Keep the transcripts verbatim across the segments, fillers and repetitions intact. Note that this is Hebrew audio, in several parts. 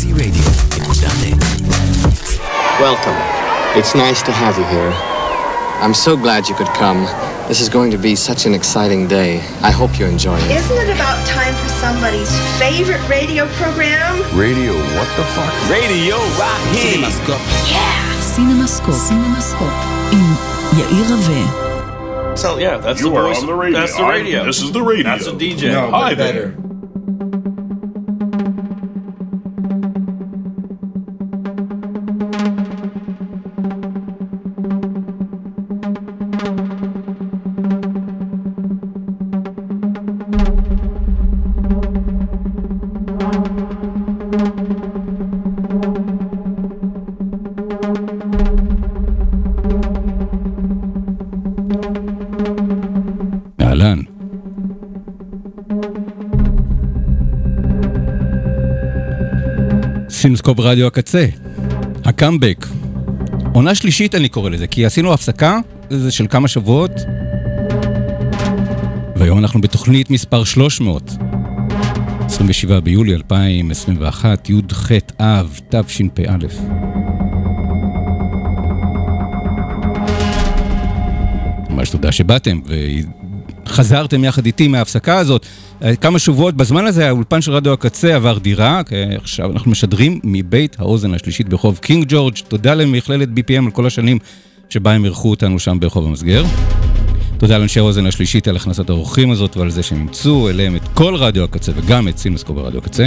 סי רדיו נקודה נט. Welcome. It's nice to have you here. I'm so glad you could come. This is going to be such an exciting day. I hope you enjoy it. Isn't it about time for somebody's favorite radio program? Radio, what the fuck? Radio right here. CinemaScope. Yeah! CinemaScope. CinemaScope. עם יאיר רווה. So yeah, that's you the are voice. on the radio. That's the radio. I, this is the radio. That's a D J. No, Hi better. there. אהלן. סינמסקופ רדיו הקצה, הקאמבק. עונה שלישית אני קורא לזה, כי עשינו הפסקה, זה של כמה שבועות, והיום אנחנו בתוכנית מספר שלוש מאות. עשרים ושבעה ביולי אלפיים עשרים ואחת, י' ח' אב, תשפ"א. ממש תודה שבאתם וחזרתם יחד איתי מההפסקה הזאת. כמה שבועות בזמן הזה האולפן של רדיו הקצה עבר דירה, עכשיו אנחנו משדרים מבית האוזן השלישית ברחוב קינג ג'ורג'. תודה למכללת בי פי אם על כל השנים שבה הם ערכו אותנו שם ברחוב המסגר. תודה לאנשי האוזן השלישית על הכנסת האורחים הזאת ועל זה שהם ימצאו אליהם את כל רדיו הקצה וגם את סינמסקופ ברדיו הקצה.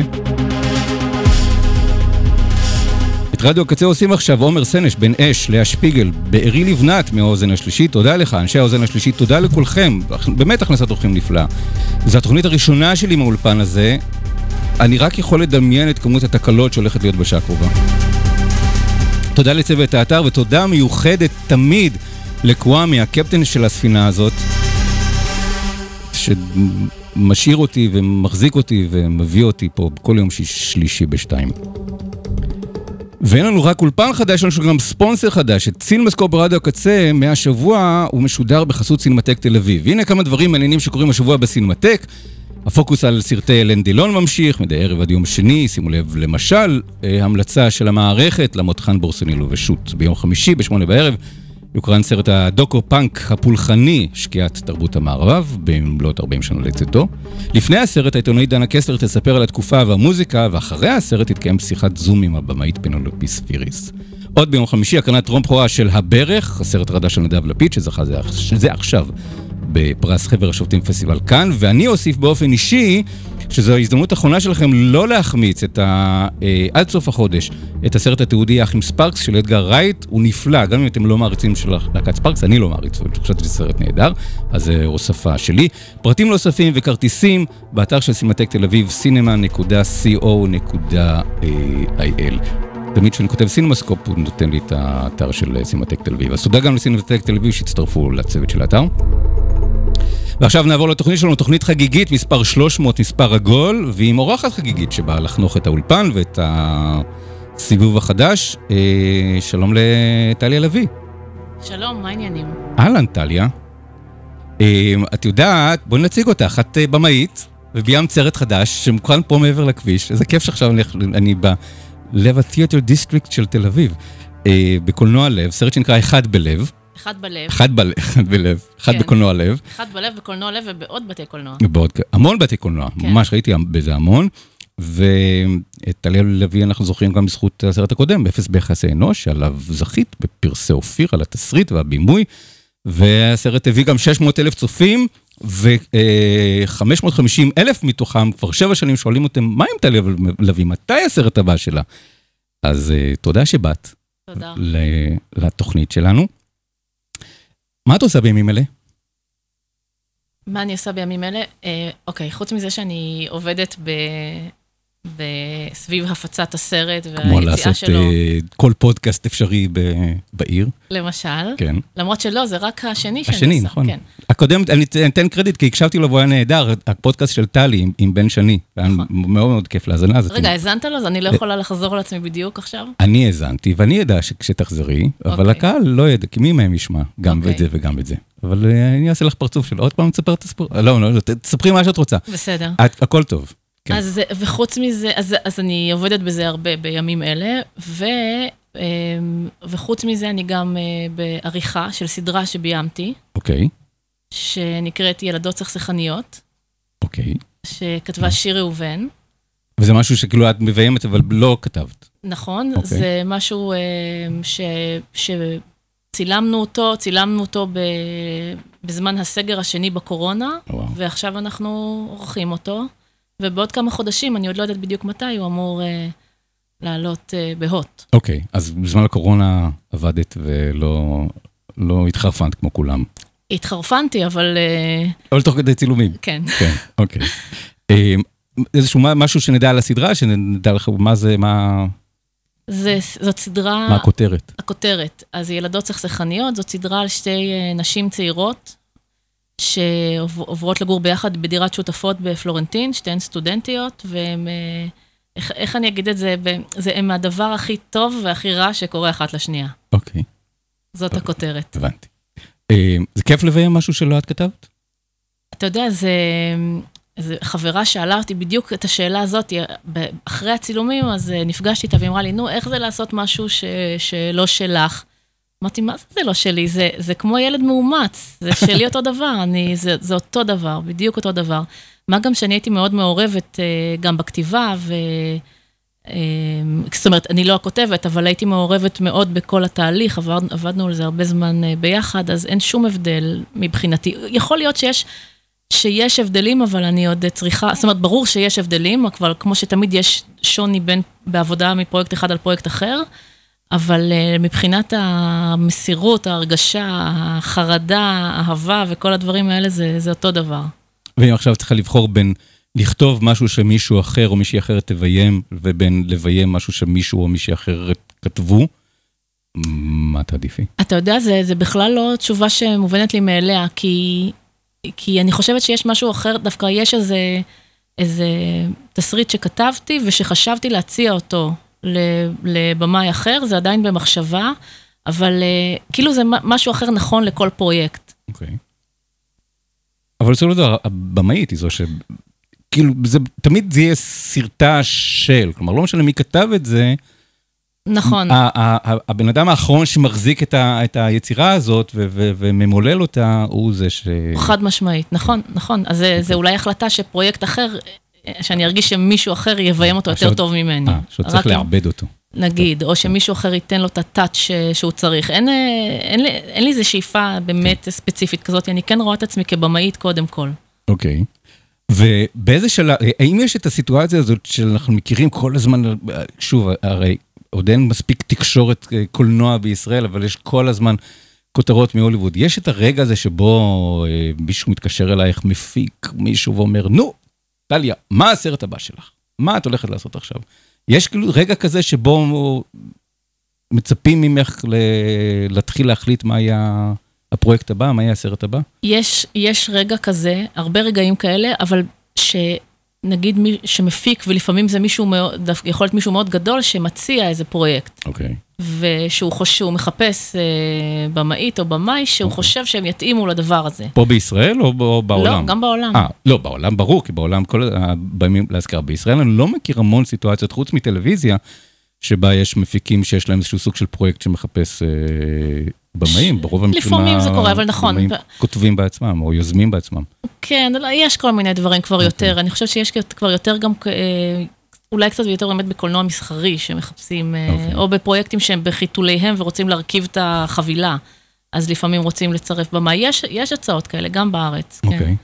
את רדיו הקצה עושים עכשיו עומר סנש, בן אש, לאה שפיגל, בארי לבנת מהאוזן השלישית. תודה לך, אנשי האוזן השלישית, תודה לכולכם. באמת הכנסת אורחים נפלא. זו התוכנית הראשונה שלי מהאולפן הזה. אני רק יכול לדמיין את כמות התקלות שהולכת להיות בשעה הקרובה. תודה לצוות האתר ותודה מיוחדת תמיד לקוואמי, הקפטן של הספינה הזאת, שמשאיר אותי ומחזיק אותי ומביא אותי פה כל יום שלישי בשתיים. ואין לנו רק אולפן חדש, יש לנו גם ספונסר חדש, את סינמסקופ ברדיו הקצה. מהשבוע הוא משודר בחסות סינמטק תל אביב. הנה כמה דברים מעניינים שקורים השבוע בסינמטק. הפוקוס על סרטי אלן דילון ממשיך, מדי ערב עד יום שני. שימו לב, למשל, המלצה של המערכת למותחן בורסונילו ושות. ביום חמישי, בשמונה בערב, יוקרן סרט הדוקו-פאנק הפולחני, שקיעת תרבות המערב, במלאת ארבעים שנה לצאתו. לפני הסרט, העיתונאית דנה קסלר תספר על התקופה והמוזיקה, ואחרי הסרט תתקיים שיחת זום עם הבמאית פנלופי ספיריס. עוד ביום חמישי, הקרנת טרום בכורה של הברך, הסרט החדש של נדב לפיד, שזכה זה, זה עכשיו בפרס חבר השופטים פסטיבל כאן, ואני אוסיף באופן אישי, שזו ההזדמנות האחרונה שלכם לא להחמיץ את ה... עד סוף החודש, את הסרט התיעודי האחים ספרקס של אדגר רייט. הוא נפלא, גם אם אתם לא מעריצים של להקת ספרקס, אני לא מעריץ, ואני חושבת שזה סרט נהדר, אז זה הוספה שלי. פרטים נוספים וכרטיסים באתר של סינמטק תל אביב, סינמה נקודה סי או נקודה איי אל. תמיד כשאני כותב סינמסקופ, הוא נותן לי את האתר של סינמטק תל אביב. אז תודה גם לסינמטק תל אביב שהצטרפו לצוות של האתר. ועכשיו נעבור לתוכנית שלנו, תוכנית חגיגית, מספר שלוש מאות, מספר עגול, ועם אורחת חגיגית שבאה לחנוך את האולפן ואת הסיבוב החדש. שלום לטליה לוי. שלום, מה העניינים? אהלן, טליה. את יודעת, בואי נציג אותך, את במאית, וביים סרט חדש שמוכן פה מעבר לכביש. איזה כיף שעכשיו אני, אני בלב התיאטר דיסטריקט של תל אביב, בקולנוע לב, סרט שנקרא אחד בלב. אחד בלב. אחד בלב, אחד בלב. אחד כן. בקולנוע לב. אחד בלב, בקולנוע לב ובעוד בתי קולנוע. בעוד, המון בתי קולנוע. כן. ממש ראיתי בזה המון. ואת טליה לוי אנחנו זוכרים גם בזכות הסרט הקודם, באפס ביחסי אנוש, שעליו זכית בפרסי אופיר על התסריט והבימוי. והסרט הביא גם שש מאות אלף צופים, ו-חמש מאות וחמישים אלף מתוכם, כבר שבע שנים שואלים אותם, מה עם טליה לוי? מתי הסרט הבא שלה? אז תודה שבאת. תודה. לתוכנית שלנו. מה את עושה בימים אלה? מה אני עושה בימים אלה? אה, אוקיי, חוץ מזה שאני עובדת ב... בסביב הפצת הסרט והיציאה שלו. כמו לעשות אה, כל פודקאסט אפשרי ב... בעיר. למשל. כן. למרות שלא, זה רק השני שאני השני, עושה. נכון. כן. הקודם, אני אתן קרדיט, כי הקשבתי לו והוא היה נהדר, הפודקאסט של טלי עם, עם בן שני. נכון. היה מאוד מאוד כיף להזנה. רגע, האזנת לו? אז אני לא יכולה לחזור על עצמי בדיוק עכשיו? אני האזנתי, ואני ידע שכשתחזרי, אבל הקהל לא ידע, כי מי מהם ישמע גם את זה וגם את זה. אבל אני אעשה לך פרצוף שלו. עוד פעם תספר את הסיפור. לא, לא, תספרי מה שאת רוצה. בסדר. הכל טוב. אז, וחוץ מזה, אז, אז אני עובדת בזה הרבה בימים אלה, ו, וחוץ מזה אני גם בעריכה של סדרה שביימתי. אוקיי. שנקראת ילדות סכסכניות. אוקיי. שכתבה שיר ראובן. וזה משהו שכאילו את מביימת, אבל לא כתבת. נכון, okay. זה משהו ש, שצילמנו אותו, צילמנו אותו ב, בזמן הסגר השני בקורונה, wow. ועכשיו אנחנו עורכים אותו, ובעוד כמה חודשים, אני עוד לא יודעת בדיוק מתי, הוא אמור לעלות בהוט. אוקיי, okay, אז בזמן הקורונה עבדת ולא לא התחרפנת כמו כולם. התחרפנתי, אבל... אבל תוך כדי צילומים. כן. כן, אוקיי. איזשהו משהו שנדע על הסדרה, שנדע לך מה זה, מה... זה, זאת סדרה... מה הכותרת? הכותרת. אז ילדות סכסכניות, זאת סדרה על שתי נשים צעירות, שעוברות לגור ביחד בדירת שותפות בפלורנטין, שתיהן סטודנטיות, והן... איך, איך אני אגיד את זה? זה הם הדבר הכי טוב והכי רע שקורה אחת לשנייה. אוקיי. זאת אוקיי. הכותרת. הבנתי. זה כיף לביים משהו שלא את כתבת? אתה יודע, זה... איזו חברה שאלה אותי בדיוק את השאלה הזאת, אחרי הצילומים, אז נפגשתי איתה ואמרה לי, נו, איך זה לעשות משהו ש, שלא שלך? אמרתי, מה זה, זה לא שלי? זה, זה כמו ילד מאומץ, זה שלי אותו דבר, אני, זה, זה אותו דבר, בדיוק אותו דבר. מה גם שאני הייתי מאוד מעורבת גם בכתיבה, ו... זאת אומרת, אני לא הכותבת, אבל הייתי מעורבת מאוד בכל התהליך, עבד, עבדנו על זה הרבה זמן ביחד, אז אין שום הבדל מבחינתי. יכול להיות שיש... שיש הבדלים, אבל אני עוד צריכה, זאת אומרת, ברור שיש הבדלים, אבל כמו שתמיד יש שוני בין, בעבודה מפרויקט אחד על פרויקט אחר, אבל מבחינת המסירות, ההרגשה, החרדה, האהבה וכל הדברים האלה, זה, זה אותו דבר. ואם עכשיו צריכה לבחור בין לכתוב משהו שמישהו אחר או מישהי אחרת תביים, ובין לביים משהו שמישהו או מישהי אחרת כתבו, מה תעדיפי? אתה יודע, זה, זה בכלל לא תשובה שמובנת לי מאליה, כי... כי אני חושבת שיש משהו אחר, דווקא יש איזה, איזה תסריט שכתבתי, ושחשבתי להציע אותו לבמאי אחר, זה עדיין במחשבה, אבל כאילו זה משהו אחר נכון לכל פרויקט. אוקיי. אבל זה לא דבר, הבמאית היא זו ש... כאילו, זה, תמיד זה יהיה סרטה של, כלומר, לא משנה מי כתב את זה, נכון. הבן אדם האחרון שמחזיק את היצירה הזאת וממולל אותה, הוא זה ש... חד משמעית, נכון, נכון. אז זה אולי החלטה שפרויקט אחר, שאני ארגיש שמישהו אחר יביים אותו יותר טוב ממני. אה, שהוא צריך לעבד אותו. נגיד, או שמישהו אחר ייתן לו את הטאץ' שהוא צריך. אין לי איזו שאיפה באמת ספציפית כזאת, אני כן רואה את עצמי כבמאית קודם כל. אוקיי. ובאיזה שלב, האם יש את הסיטואציה הזאת שאנחנו מכירים כל הזמן, שוב, הרי... עוד אין מספיק תקשורת קולנוע בישראל, אבל יש כל הזמן כותרות מהוליווד. יש את הרגע הזה שבו אה, מישהו מתקשר אלייך, מפיק מישהו ואומר, נו, טליה, מה הסרט הבא שלך? מה את הולכת לעשות עכשיו? יש כאילו רגע כזה שבו מצפים ממך ל- להתחיל להחליט מה היה הפרויקט הבא, מה היה הסרט הבא? יש, יש רגע כזה, הרבה רגעים כאלה, אבל ש... נגיד מי שמפיק, ולפעמים זה מישהו מאוד, יכול להיות מישהו מאוד גדול, שמציע איזה פרויקט. אוקיי. ושהוא חושב, שהוא מחפש אה, במאית או במאי, שהוא אוקיי. חושב שהם יתאימו לדבר הזה. פה בישראל או, או בעולם? לא, גם בעולם. אה, לא, בעולם ברור, כי בעולם, כל הבאים להזכר, בישראל אני לא מכיר המון סיטואציות, חוץ מטלוויזיה, שבה יש מפיקים שיש להם איזשהו סוג של פרויקט שמחפש אה, במאים, ברוב המקרים... לפעמים זה קורה, אבל נכון. במאים כותבים בעצמם, או יוזמים בעצמם. כן, יש כל מיני דברים כבר יותר, אני חושבת שיש כבר יותר גם, אולי קצת יותר באמת בקולנוע מסחרי, שמחפשים, או בפרויקטים שהם בחיתוליהם, ורוצים להרכיב את החבילה, אז לפעמים רוצים לצרף במה. יש הצעות כאלה, גם בארץ. אוקיי.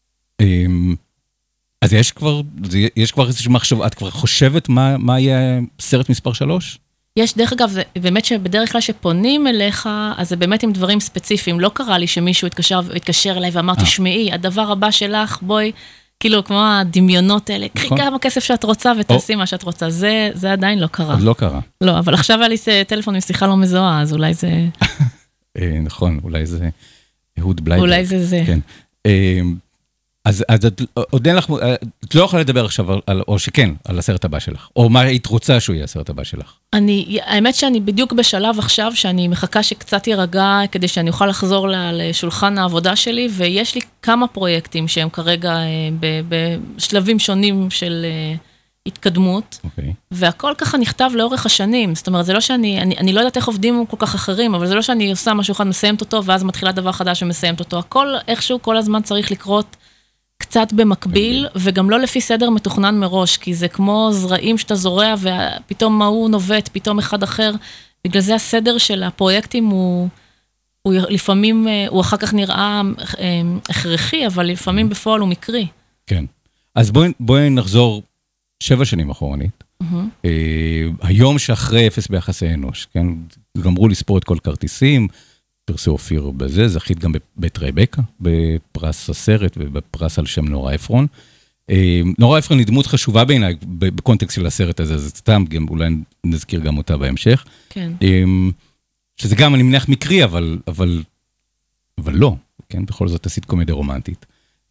אז יש כבר, יש כבר איזושהי מחשבה, את כבר חושבת מה יהיה סרט מספר שלוש? יש, דרך אגב, באמת שבדרך כלל שפונים אליך, אז זה באמת עם דברים ספציפיים. לא קרה לי שמישהו התקשר, התקשר אליי ואמר, תשמעי, הדבר הבא שלך, בואי, כאילו, כמו הדמיונות האלה, קחי כמה כסף שאת רוצה ותעשי מה שאת רוצה. זה, זה עדיין לא קרה. עוד לא קרה. לא, אבל עכשיו היה לי טלפון עם שיחה לא מזוהה, אז אולי זה... נכון, אולי זה אהוד בלייבר. אולי זה זה. כן. אז עוד אין לך, את לא יכולה לדבר עכשיו, או שכן, על הסרט הבא שלך, או מה היית רוצה שהוא יהיה הסרט הבא שלך? אני, האמת שאני בדיוק בשלב עכשיו, שאני מחכה שקצת יירגע, כדי שאני אוכל לחזור לשולחן העבודה שלי, ויש לי כמה פרויקטים שהם כרגע בשלבים שונים של התקדמות, okay. והכל ככה נכתב לאורך השנים, זאת אומרת, זה לא שאני, אני, אני לא יודעת איך עובדים כל כך אחרים, אבל זה לא שאני עושה משהו אחד, מסיימת אותו, ואז מתחילה דבר חדש ומסיימת אותו. הכל איכשהו כל הזמן צריך לקרות קצת במקביל, okay. וגם לא לפי סדר מתוכנן מראש, כי זה כמו זרעים שאתה זורע, ופתאום מה הוא נובט, פתאום אחד אחר, בגלל זה הסדר של הפרויקטים הוא, הוא לפעמים, הוא אחר כך נראה הכרחי, אבל לפעמים בפועל הוא מקרי. כן. אז בואי, בואי נחזור שבע שנים אחורנית. Mm-hmm. היום שאחרי אפס ביחסי אנוש, כן? גמרו לספור את כל כרטיסים, פרסי אופיר בזה, זכית גם בבית רבקה, בפרס הסרט ובפרס על שם נורא אפרון. נורא אפרון היא דמות חשובה בעיניי, בקונטקסט של הסרט הזה, זה סתם, אולי נזכיר גם אותה בהמשך. כן. שזה גם, אני מניח מקרי, אבל, אבל, אבל לא, כן? בכל זאת עשית קומדיה רומנטית.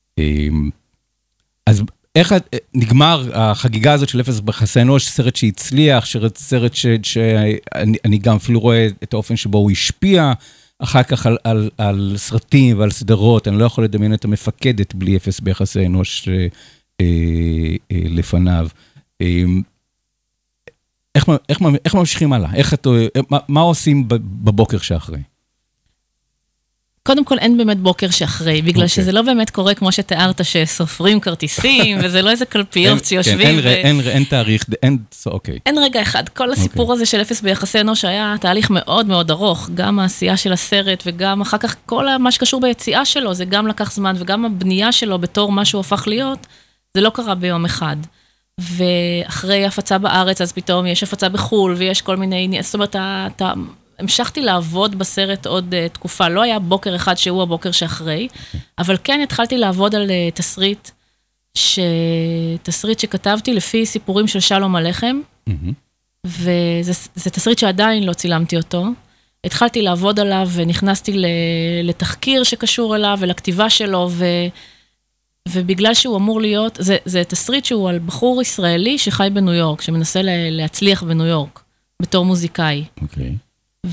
אז איך נגמר החגיגה הזאת של אפס ביחסי אנוש, סרט שהצליח, סרט שאני גם אפילו רואה את האופן שבו הוא השפיע, אחר כך על, על, על סרטים ועל סדרות, אני לא יכול לדמיין את המפקדת בלי אפס ביחסי אנוש אה, אה, לפניו. אה, איך, איך, איך ממשיכים הלאה? איך את, מה, מה עושים בבוקר שאחרי? קודם כל אין באמת בוקר שאחרי, בגלל okay. שזה לא באמת קורה כמו שתיארת, שסופרים כרטיסים, וזה לא איזה קלפיות שיושבים. כן, אין, ו... אין, אין, אין תאריך, אין, אוקיי. אין רגע אחד. כל הסיפור okay. הזה של אפס ביחסי אנוש היה תהליך מאוד מאוד ארוך, גם העשייה של הסרט, וגם אחר כך כל מה שקשור ביציאה שלו, זה גם לקח זמן, וגם הבנייה שלו בתור מה שהוא הפך להיות, זה לא קרה ביום אחד. ואחרי הפצה בארץ, אז פתאום יש הפצה בחול, ויש כל מיני, זאת אומרת, אתה... המשכתי לעבוד בסרט עוד uh, תקופה, לא היה בוקר אחד שהוא הבוקר שאחרי, okay. אבל כן התחלתי לעבוד על uh, תסריט, ש... תסריט שכתבתי לפי סיפורים של שלום הלחם, mm-hmm. וזה זה תסריט שעדיין לא צילמתי אותו. התחלתי לעבוד עליו ונכנסתי ל... לתחקיר שקשור אליו ולכתיבה שלו, ו... ובגלל שהוא אמור להיות, זה, זה תסריט שהוא על בחור ישראלי שחי בניו יורק, שמנסה לה... להצליח בניו יורק, בתור מוזיקאי. אוקיי. Okay.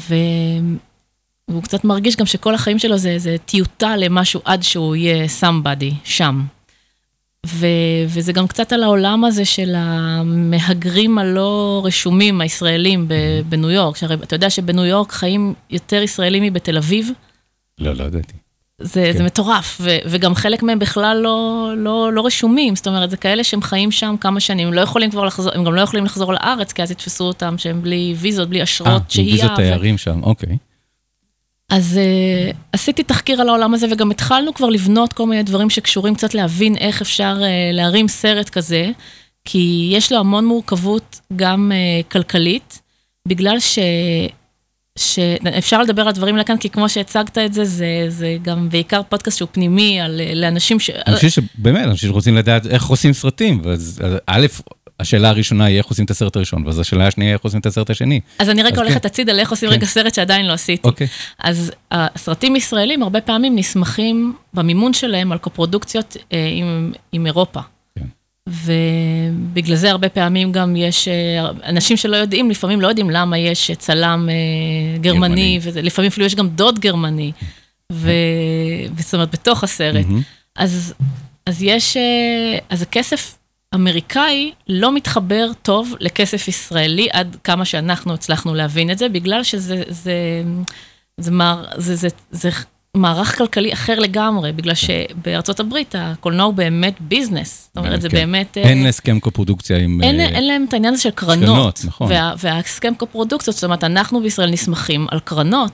והוא קצת מרגיש גם שכל החיים שלו זה, זה טיוטה למשהו עד שהוא יהיה somebody שם. ו, וזה גם קצת על העולם הזה של המהגרים הלא רשומים הישראלים בניו יורק. שהרי אתה יודע שבניו יורק חיים יותר ישראלים מבתל אביב? לא, לא ידעתי. זה, כן. זה מטורף, ו, וגם חלק מהם בכלל לא, לא, לא רשומים, זאת אומרת, זה כאלה שהם חיים שם כמה שנים, הם לא יכולים כבר לחזור, הם גם לא יכולים לחזור לארץ, כי אז יתפסו אותם שהם בלי ויזות, בלי אשרות שהייה. ויזות תיירים ו... שם, אוקיי. אז uh, עשיתי תחקיר על העולם הזה, וגם התחלנו כבר לבנות כל מיני דברים שקשורים קצת להבין איך אפשר uh, להרים סרט כזה, כי יש לו המון מורכבות גם uh, כלכלית, בגלל ש... שאפשר לדבר על דברים לכאן, כי כמו שהצגת את זה, זה, זה גם בעיקר פודקאסט שהוא פנימי, על, לאנשים ש... אני חושב שבאמת, אנשים שרוצים לדעת איך עושים סרטים, ואז א', השאלה הראשונה היא איך עושים את הסרט הראשון, ואז השאלה השנייה היא איך עושים את הסרט השני. אז אני רגע הולכת הצידה לאיך עושים רגע סרט שעדיין לא עשיתי. אז הסרטים ישראלים הרבה פעמים נסמכים במימון שלהם על קופרודוקציות עם, עם אירופה. ובגלל זה הרבה פעמים גם יש, אנשים שלא יודעים, לפעמים לא יודעים למה יש צלם גרמני, ולפעמים אפילו יש גם דוד גרמני, וזאת אומרת, בתוך הסרט. אז, אז יש, אז הכסף אמריקאי לא מתחבר טוב לכסף ישראלי, עד כמה שאנחנו הצלחנו להבין את זה, בגלל שזה, זה, זה, זה, זה, זה, זה מערך כלכלי אחר לגמרי, בגלל שבארצות הברית הקולנוע הוא באמת ביזנס. זאת אומרת, זה באמת... אין הסכם קופרודוקציה עם... אין להם את העניין הזה של קרנות. וההסכם קופרודוקציות, זאת אומרת, אנחנו בישראל נסמכים על קרנות,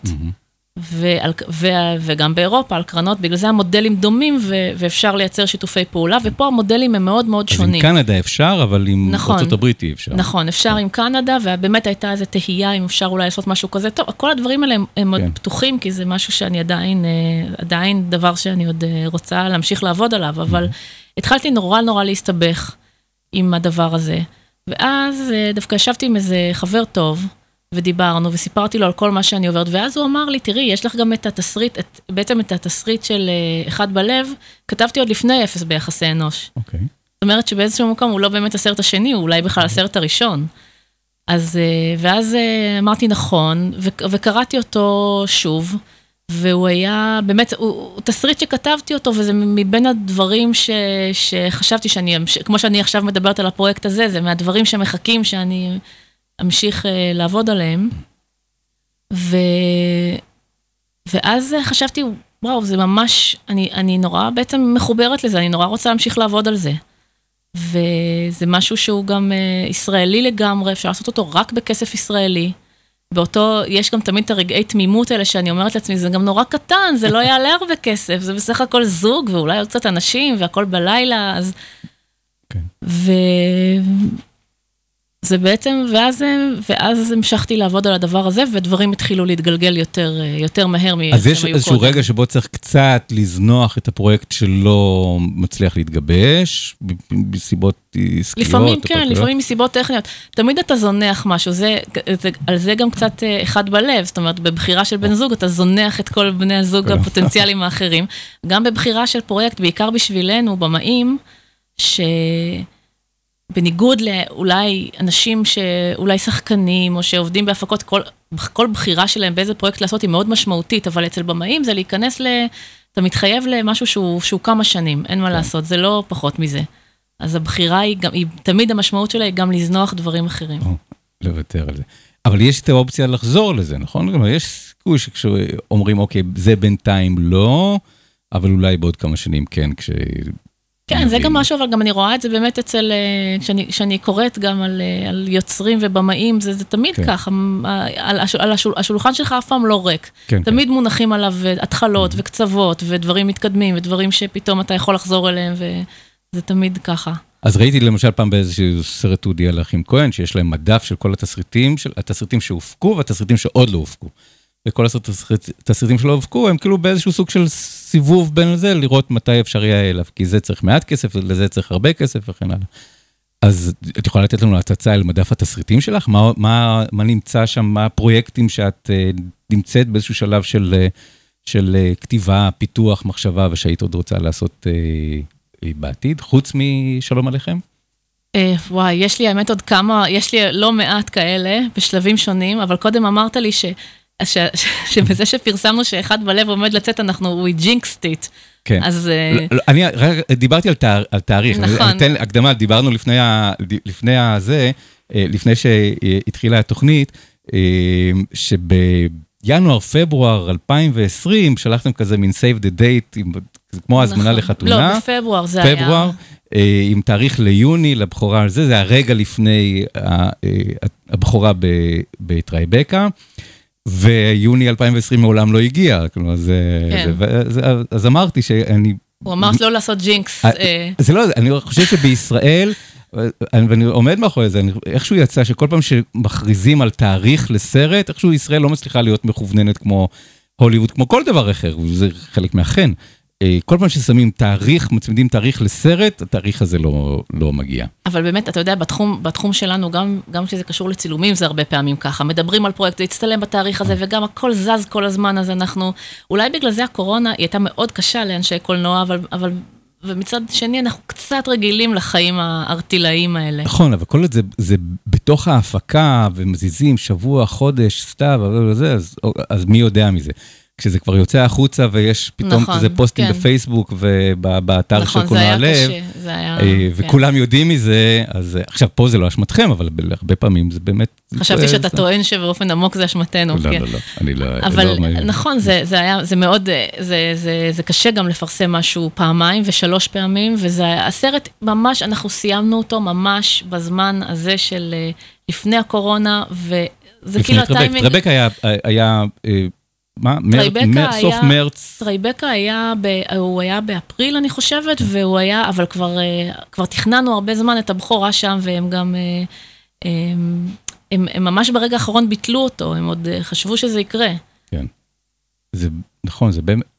וגם באירופה על קרנות, בגלל זה המודלים דומים, ואפשר לייצר שיתופי פעולה, ופה המודלים הם מאוד מאוד שונים. אז עם קנדה אפשר, אבל עם ארצות הברית אי אפשר. נכון, אפשר עם קנדה, ובאמת הייתה איזו תהייה, אם אפשר אולי לעשות משהו כזה. טוב, כל הדברים האלה הם מאוד פתוחים, כי זה משהו שאני עדיין, עדיין דבר שאני עוד רוצה להמשיך לעבוד עליו, אבל התחלתי נורא נורא להסתבך עם הדבר הזה, ואז דווקא ישבתי עם איזה חבר טוב, ודיברנו, וסיפרתי לו על כל מה שאני עוברת, ואז הוא אמר לי, תראי, יש לך גם את התסריט, את, בעצם את התסריט של אחד בלב, כתבתי עוד לפני אפס ביחסי אנוש. אוקיי. זאת אומרת שבאיזשהו מקום הוא לא באמת הסרט השני, הוא אולי בכלל הסרט הראשון. אז, ואז אמרתי נכון, וקראתי אותו שוב, והוא היה, באמת, הוא, הוא תסריט שכתבתי אותו, וזה מבין הדברים ש, שחשבתי שאני, כמו שאני עכשיו מדברת על הפרויקט הזה, זה מהדברים שמחכים שאני אמשיך לעבוד עליהם. ו, ואז חשבתי, וואו, זה ממש, אני, אני נורא בעצם מחוברת לזה, אני נורא רוצה להמשיך לעבוד על זה. וזה משהו שהוא גם ישראלי לגמרי, אפשר לעשות אותו רק בכסף ישראלי. באותו, יש גם תמיד את הרגעי תמימות האלה שאני אומרת לעצמי, זה גם נורא קטן, זה לא יעלה הרבה כסף, זה בסך הכל זוג, ואולי עוד קצת אנשים, והכל בלילה, אז... כן. ו... זה בעצם, ואז, ואז המשכתי לעבוד על הדבר הזה, ודברים התחילו להתגלגל יותר, יותר מהר. אז יש איזשהו רגע שבו צריך קצת לזנוח את הפרויקט שלא מצליח להתגבש, בסיבות עסקיות. לפעמים כן, לפעמים מסיבות טכניות. תמיד אתה זונח משהו, זה, זה, על זה גם קצת אחד בלב, זאת אומרת, בבחירה של בן זוג, אתה זונח את כל בני הזוג הפוטנציאליים האחרים. גם בבחירה של פרויקט, בעיקר בשבילנו, במאים, ש... בניגוד לאולי אנשים שאולי שחקנים או שעובדים בהפקות, כל, כל בחירה שלהם באיזה פרויקט לעשות היא מאוד משמעותית, אבל אצל במאים זה להיכנס ל... אתה מתחייב למשהו שהוא, שהוא כמה שנים, אין מה לעשות, זה לא פחות מזה. אז הבחירה היא, גם, היא תמיד המשמעות שלה היא גם לזנוח דברים אחרים. או, לוותר על זה. אבל יש את האופציה לחזור לזה, נכון? יש סיכוי שכשאומרים, אוקיי, זה בינתיים לא, אבל אולי בעוד כמה שנים כן, כש... כן, זה גם משהו, אבל גם אני רואה את זה באמת אצל, כשאני, כשאני קוראת גם על, על יוצרים ובמאים, זה, זה תמיד כן. כך, על, על השול, השולחן שלך אף פעם לא ריק. כן, תמיד כן. מונחים עליו התחלות mm-hmm. וקצוות ודברים מתקדמים, ודברים שפתאום אתה יכול לחזור אליהם, וזה תמיד ככה. אז ראיתי למשל פעם באיזשהו סרט אודי על אחים כהן, שיש להם מדף של כל התסריטים, של התסריטים שהופקו והתסריטים שעוד לא הופקו. וכל התסריטים שלא הופקו, הם כאילו באיזשהו סוג של סיבוב בין זה, לראות מתי אפשר יהיה אליו, כי זה צריך מעט כסף, ולזה צריך הרבה כסף וכן הלאה. אז את יכולה לתת לנו הצצה אל מדף התסריטים שלך? מה, מה, מה נמצא שם, מה הפרויקטים שאת uh, נמצאת באיזשהו שלב של, של uh, כתיבה, פיתוח, מחשבה, ושהיית עוד רוצה לעשות uh, בעתיד, חוץ משלום עליכם? Uh, וואי, יש לי האמת עוד כמה, יש לי לא מעט כאלה, בשלבים שונים, אבל קודם אמרת לי ש... ש, ש, שבזה שפרסמנו שאחד בלב עומד לצאת, אנחנו, we jinxed it. כן. אז... אני דיברתי על, תאר, על תאריך. נכון. אני אתן הקדמה, דיברנו לפני, ה, לפני הזה, לפני שהתחילה התוכנית, שבינואר, פברואר אלפיים ועשרים, שלחתם כזה מין save the date, כמו הזמנה נכון. לחתונה. לא, בפברואר זה פברואר, היה. עם תאריך ליוני לבחורה על זה, זה הרגע לפני הבחורה בטרייבקה. ויוני אלפיים ועשרים מעולם לא הגיע, כלומר, זה, כן. זה, זה, אז אמרתי שאני... הוא אמר לא לעשות ג'ינקס. זה לא, אני חושב שבישראל, ואני עומד מאחורי זה, איכשהו יצא שכל פעם שמכריזים על תאריך לסרט, איכשהו ישראל לא מצליחה להיות מכווננת כמו הוליווד, כמו כל דבר אחר, וזה חלק מהחן. כל פעם ששמים תאריך, מצמידים תאריך לסרט, התאריך הזה לא, לא מגיע. אבל באמת, אתה יודע, בתחום, בתחום שלנו, גם, גם כשזה קשור לצילומים, זה הרבה פעמים ככה. מדברים על פרויקט, זה יצטלם בתאריך הזה, וגם הכל זז כל הזמן, אז אנחנו, אולי בגלל זה הקורונה, היא הייתה מאוד קשה לאנשי קולנוע, אבל, אבל, ומצד שני, אנחנו קצת רגילים לחיים הארטילאיים האלה. נכון, אבל כל זה, זה בתוך ההפקה, ומזיזים שבוע, חודש, סתיו, אז, אז מי יודע מזה? כשזה כבר יוצא החוצה ויש פתאום נכון, כזה פוסטים כן. בפייסבוק ובאתר נכון, של קולנוע לב, היה, וכולם כן. יודעים מזה, אז עכשיו פה זה לא אשמתכם, אבל הרבה פעמים זה באמת... חשבתי זה, שאתה זה... טוען שבאופן עמוק זה אשמתנו. לא, כן. לא, לא, אני לא... אבל לא נכון, זה, זה היה, זה מאוד, זה, זה, זה קשה גם לפרסם משהו פעמיים ושלוש פעמים, וזה הסרט ממש, אנחנו סיימנו אותו ממש בזמן הזה של לפני הקורונה, וזה כאילו הטיימינג... טרבק היה... היה מה? סוף מרץ? טרייבקה היה, הוא היה באפריל אני חושבת, והוא היה, אבל כבר, כבר תכננו הרבה זמן את הבחורה שם, והם גם, הם, הם, הם ממש ברגע האחרון ביטלו אותו, הם עוד חשבו שזה יקרה. כן. זה, נכון, זה באמת,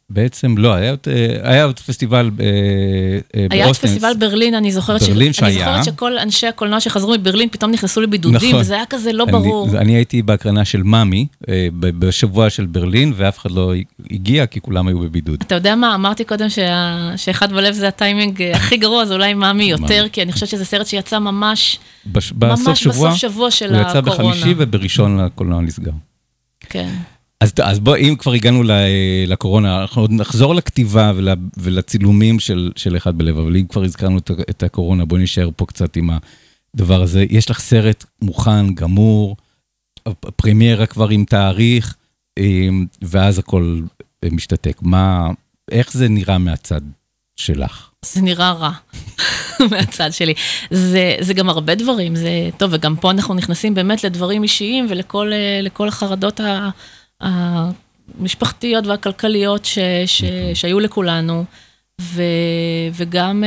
בעצם לא, היה, היה עוד פסטיבל באוסטין. היה עוד פסטיבל ברלין, אני זוכרת, ברלין ש... אני זוכרת שכל אנשי הקולנוע שחזרו מברלין פתאום נכנסו לבידודים, נכון. וזה היה כזה לא ברור. אני, אני הייתי בהקרנה של מאמי, בשבוע של ברלין, ואף אחד לא הגיע, כי כולם היו בבידוד. אתה יודע מה, אמרתי קודם שה... שאחד בלב זה הטיימינג הכי גרוע, אז אולי מאמי יותר, כי אני חושבת שזה סרט שיצא ממש, בש... ממש בסוף שבוע, בסוף שבוע של הוא הקורונה. יצא בחמישי ובראשון הקולנוע נסגר. כן. אז, אז בוא, אם כבר הגענו לקורונה, אנחנו עוד נחזור לכתיבה ול, ולצילומים של, של אחד בלב, אבל אם כבר הזכרנו את, את הקורונה, בוא נשאר פה קצת עם הדבר הזה. יש לך סרט מוכן, גמור, פרמיירה כבר עם תאריך, ואז הכל משתתק. מה, איך זה נראה מהצד שלך? זה נראה רע מהצד שלי. זה, זה גם הרבה דברים, זה טוב, וגם פה אנחנו נכנסים באמת לדברים אישיים ולכל לכל החרדות ה... המשפחתיות והכלכליות ש, ש, שהיו לכולנו, ו, וגם,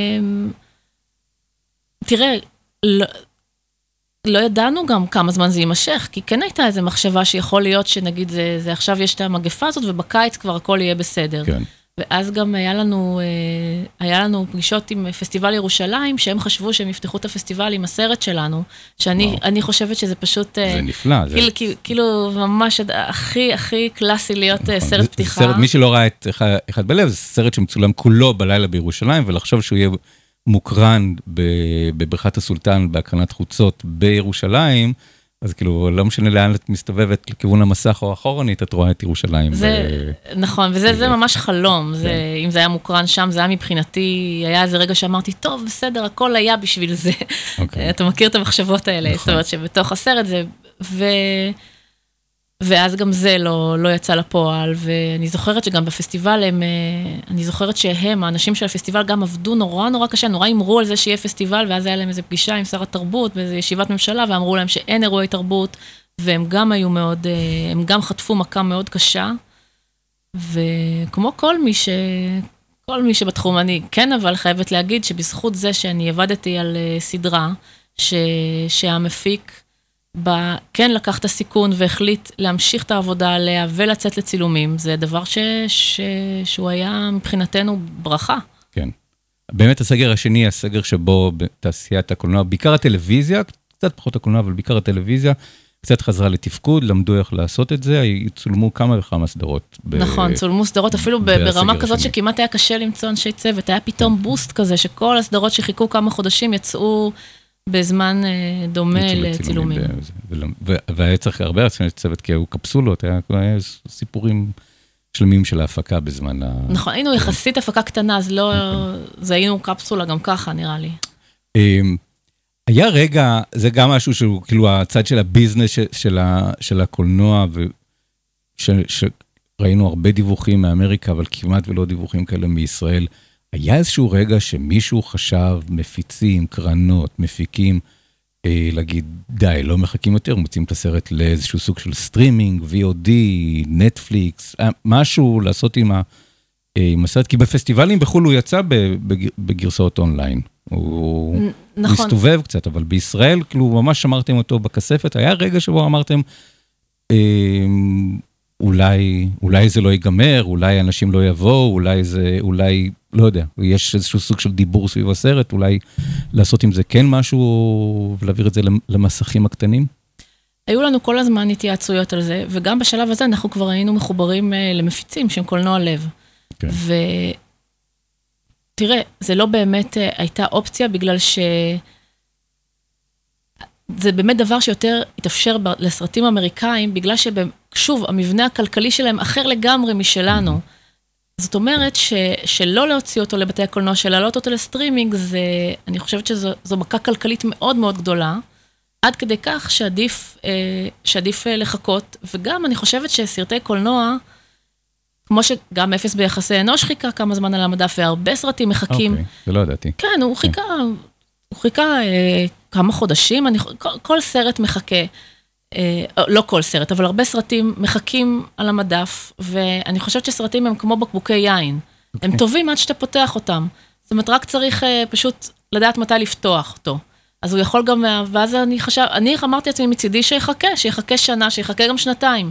תראה, לא, לא ידענו גם כמה זמן זה יימשך, כי כן הייתה איזו מחשבה שיכול להיות שנגיד, זה, זה עכשיו יש את המגפה הזאת, ובקיץ כבר הכל יהיה בסדר. כן. ואז גם היה לנו, היה לנו פגישות עם פסטיבל ירושלים, שהם חשבו שהם יפתחו את הפסטיבל עם הסרט שלנו, שאני אני חושבת שזה פשוט... זה נפלא. כאילו, זה... כאילו ממש הכי, הכי קלאסי להיות נכון, סרט זה, פתיחה. סרט, מי שלא ראה את אחד, אחד בלב, זה סרט שמצולם כולו בלילה בירושלים, ולחשוב שהוא יהיה מוקרן בבריכת הסולטן, בהקרנת חוצות בירושלים, אז כאילו, לא משנה לאן את מסתובבת לכיוון המסך או אחורנית, את רואה את ירושלים. זה, ו... נכון, וזה זה ממש חלום. זה, כן. אם זה היה מוקרן שם, זה היה מבחינתי, היה איזה רגע שאמרתי, טוב, בסדר, הכל היה בשביל זה. Okay. אתה מכיר את המחשבות האלה, נכון. זאת אומרת שבתוך הסרט זה, ו... ואז גם זה לא, לא יצא לפועל, ואני זוכרת שגם בפסטיבל הם, אני זוכרת שהם, האנשים של הפסטיבל גם עבדו נורא נורא קשה, נורא אמרו על זה שיהיה פסטיבל, ואז היה להם איזו פגישה עם שר התרבות, באיזו ישיבת ממשלה, ואמרו להם שאין אירועי תרבות, והם גם היו מאוד, הם גם חטפו מכה מאוד קשה, וכמו כל מי ש... כל מי שבתחום, אני כן אבל חייבת להגיד שבזכות זה שאני עבדתי על סדרה, ש... שהמפיק, ב... כן לקח את הסיכון והחליט להמשיך את העבודה עליה ולצאת לצילומים, זה דבר ש... ש... שהוא היה מבחינתנו ברכה. כן. באמת הסגר השני, הסגר שבו בתעשיית הקולנוע, בעיקר הטלוויזיה, קצת פחות הקולנוע, אבל בעיקר הטלוויזיה, קצת חזרה לתפקוד, למדו איך לעשות את זה, צולמו כמה וכמה סדרות. נכון, ב... צולמו סדרות, אפילו ברמה כזאת השני. שכמעט היה קשה למצוא אנשי צוות, היה פתאום כן. בוסט כזה, שכל הסדרות שחיכו כמה חודשים יצאו בזמן דומה לצילומים. והיה צריך הרבה רצון צוות, כי היו קפסולות, היה סיפורים שלמים של ההפקה בזמן ה... נכון, היינו יחסית הפקה קטנה, אז לא... זה היינו קפסולה גם ככה, נראה לי. היה רגע, זה גם משהו שהוא כאילו הצד של הביזנס של הקולנוע, שראינו הרבה דיווחים מאמריקה, אבל כמעט ולא דיווחים כאלה מישראל, היה איזשהו רגע שמישהו חשב, מפיצים, קרנות, מפיקים, אה, להגיד, די, לא מחכים יותר, מוצאים את הסרט לאיזשהו סוג של סטרימינג, וי או די, נטפליקס, משהו לעשות עם, ה, אה, עם הסרט, כי בפסטיבלים בחול הוא יצא בגרסאות אונליין. הוא נכון. מסתובב קצת, אבל בישראל, כאילו, ממש שמרתם אותו בכספת, היה רגע שבו אמרתם, אה, אולי, אולי זה לא ייגמר, אולי אנשים לא יבואו, אולי זה, אולי, לא יודע, יש איזשהו סוג של דיבור סביב הסרט, אולי לעשות עם זה כן משהו, ולהעביר את זה למסכים הקטנים? היו לנו כל הזמן התייעצויות על זה, וגם בשלב הזה אנחנו כבר היינו מחוברים למפיצים שהם קולנוע לב. כן. ותראה, זה לא באמת הייתה אופציה, בגלל ש... זה באמת דבר שיותר התאפשר לסרטים אמריקאים, בגלל ששוב, המבנה הכלכלי שלהם אחר לגמרי משלנו. זאת אומרת ש, שלא להוציא אותו לבתי הקולנוע, שלהעלות אותו לסטרימינג, זה, אני חושבת שזו מכה כלכלית מאוד מאוד גדולה, עד כדי כך שעדיף, שעדיף לחכות, וגם אני חושבת שסרטי קולנוע, כמו שגם אפס ביחסי אנוש חיכה כמה זמן על המדף, והרבה סרטים מחכים. אוקיי, זה לא ידעתי. כן, הוא חיכה... הוא חיכה אה, כמה חודשים, אני, כל, כל סרט מחכה, אה, לא כל סרט, אבל הרבה סרטים מחכים על המדף, ואני חושבת שסרטים הם כמו בקבוקי יין, okay. הם טובים עד שאתה פותח אותם, זאת אומרת, רק צריך אה, פשוט לדעת מתי לפתוח אותו, אז הוא יכול גם, ואז אני חשב, אני אמרתי לעצמי מצידי שיחכה, שיחכה שנה, שיחכה גם שנתיים,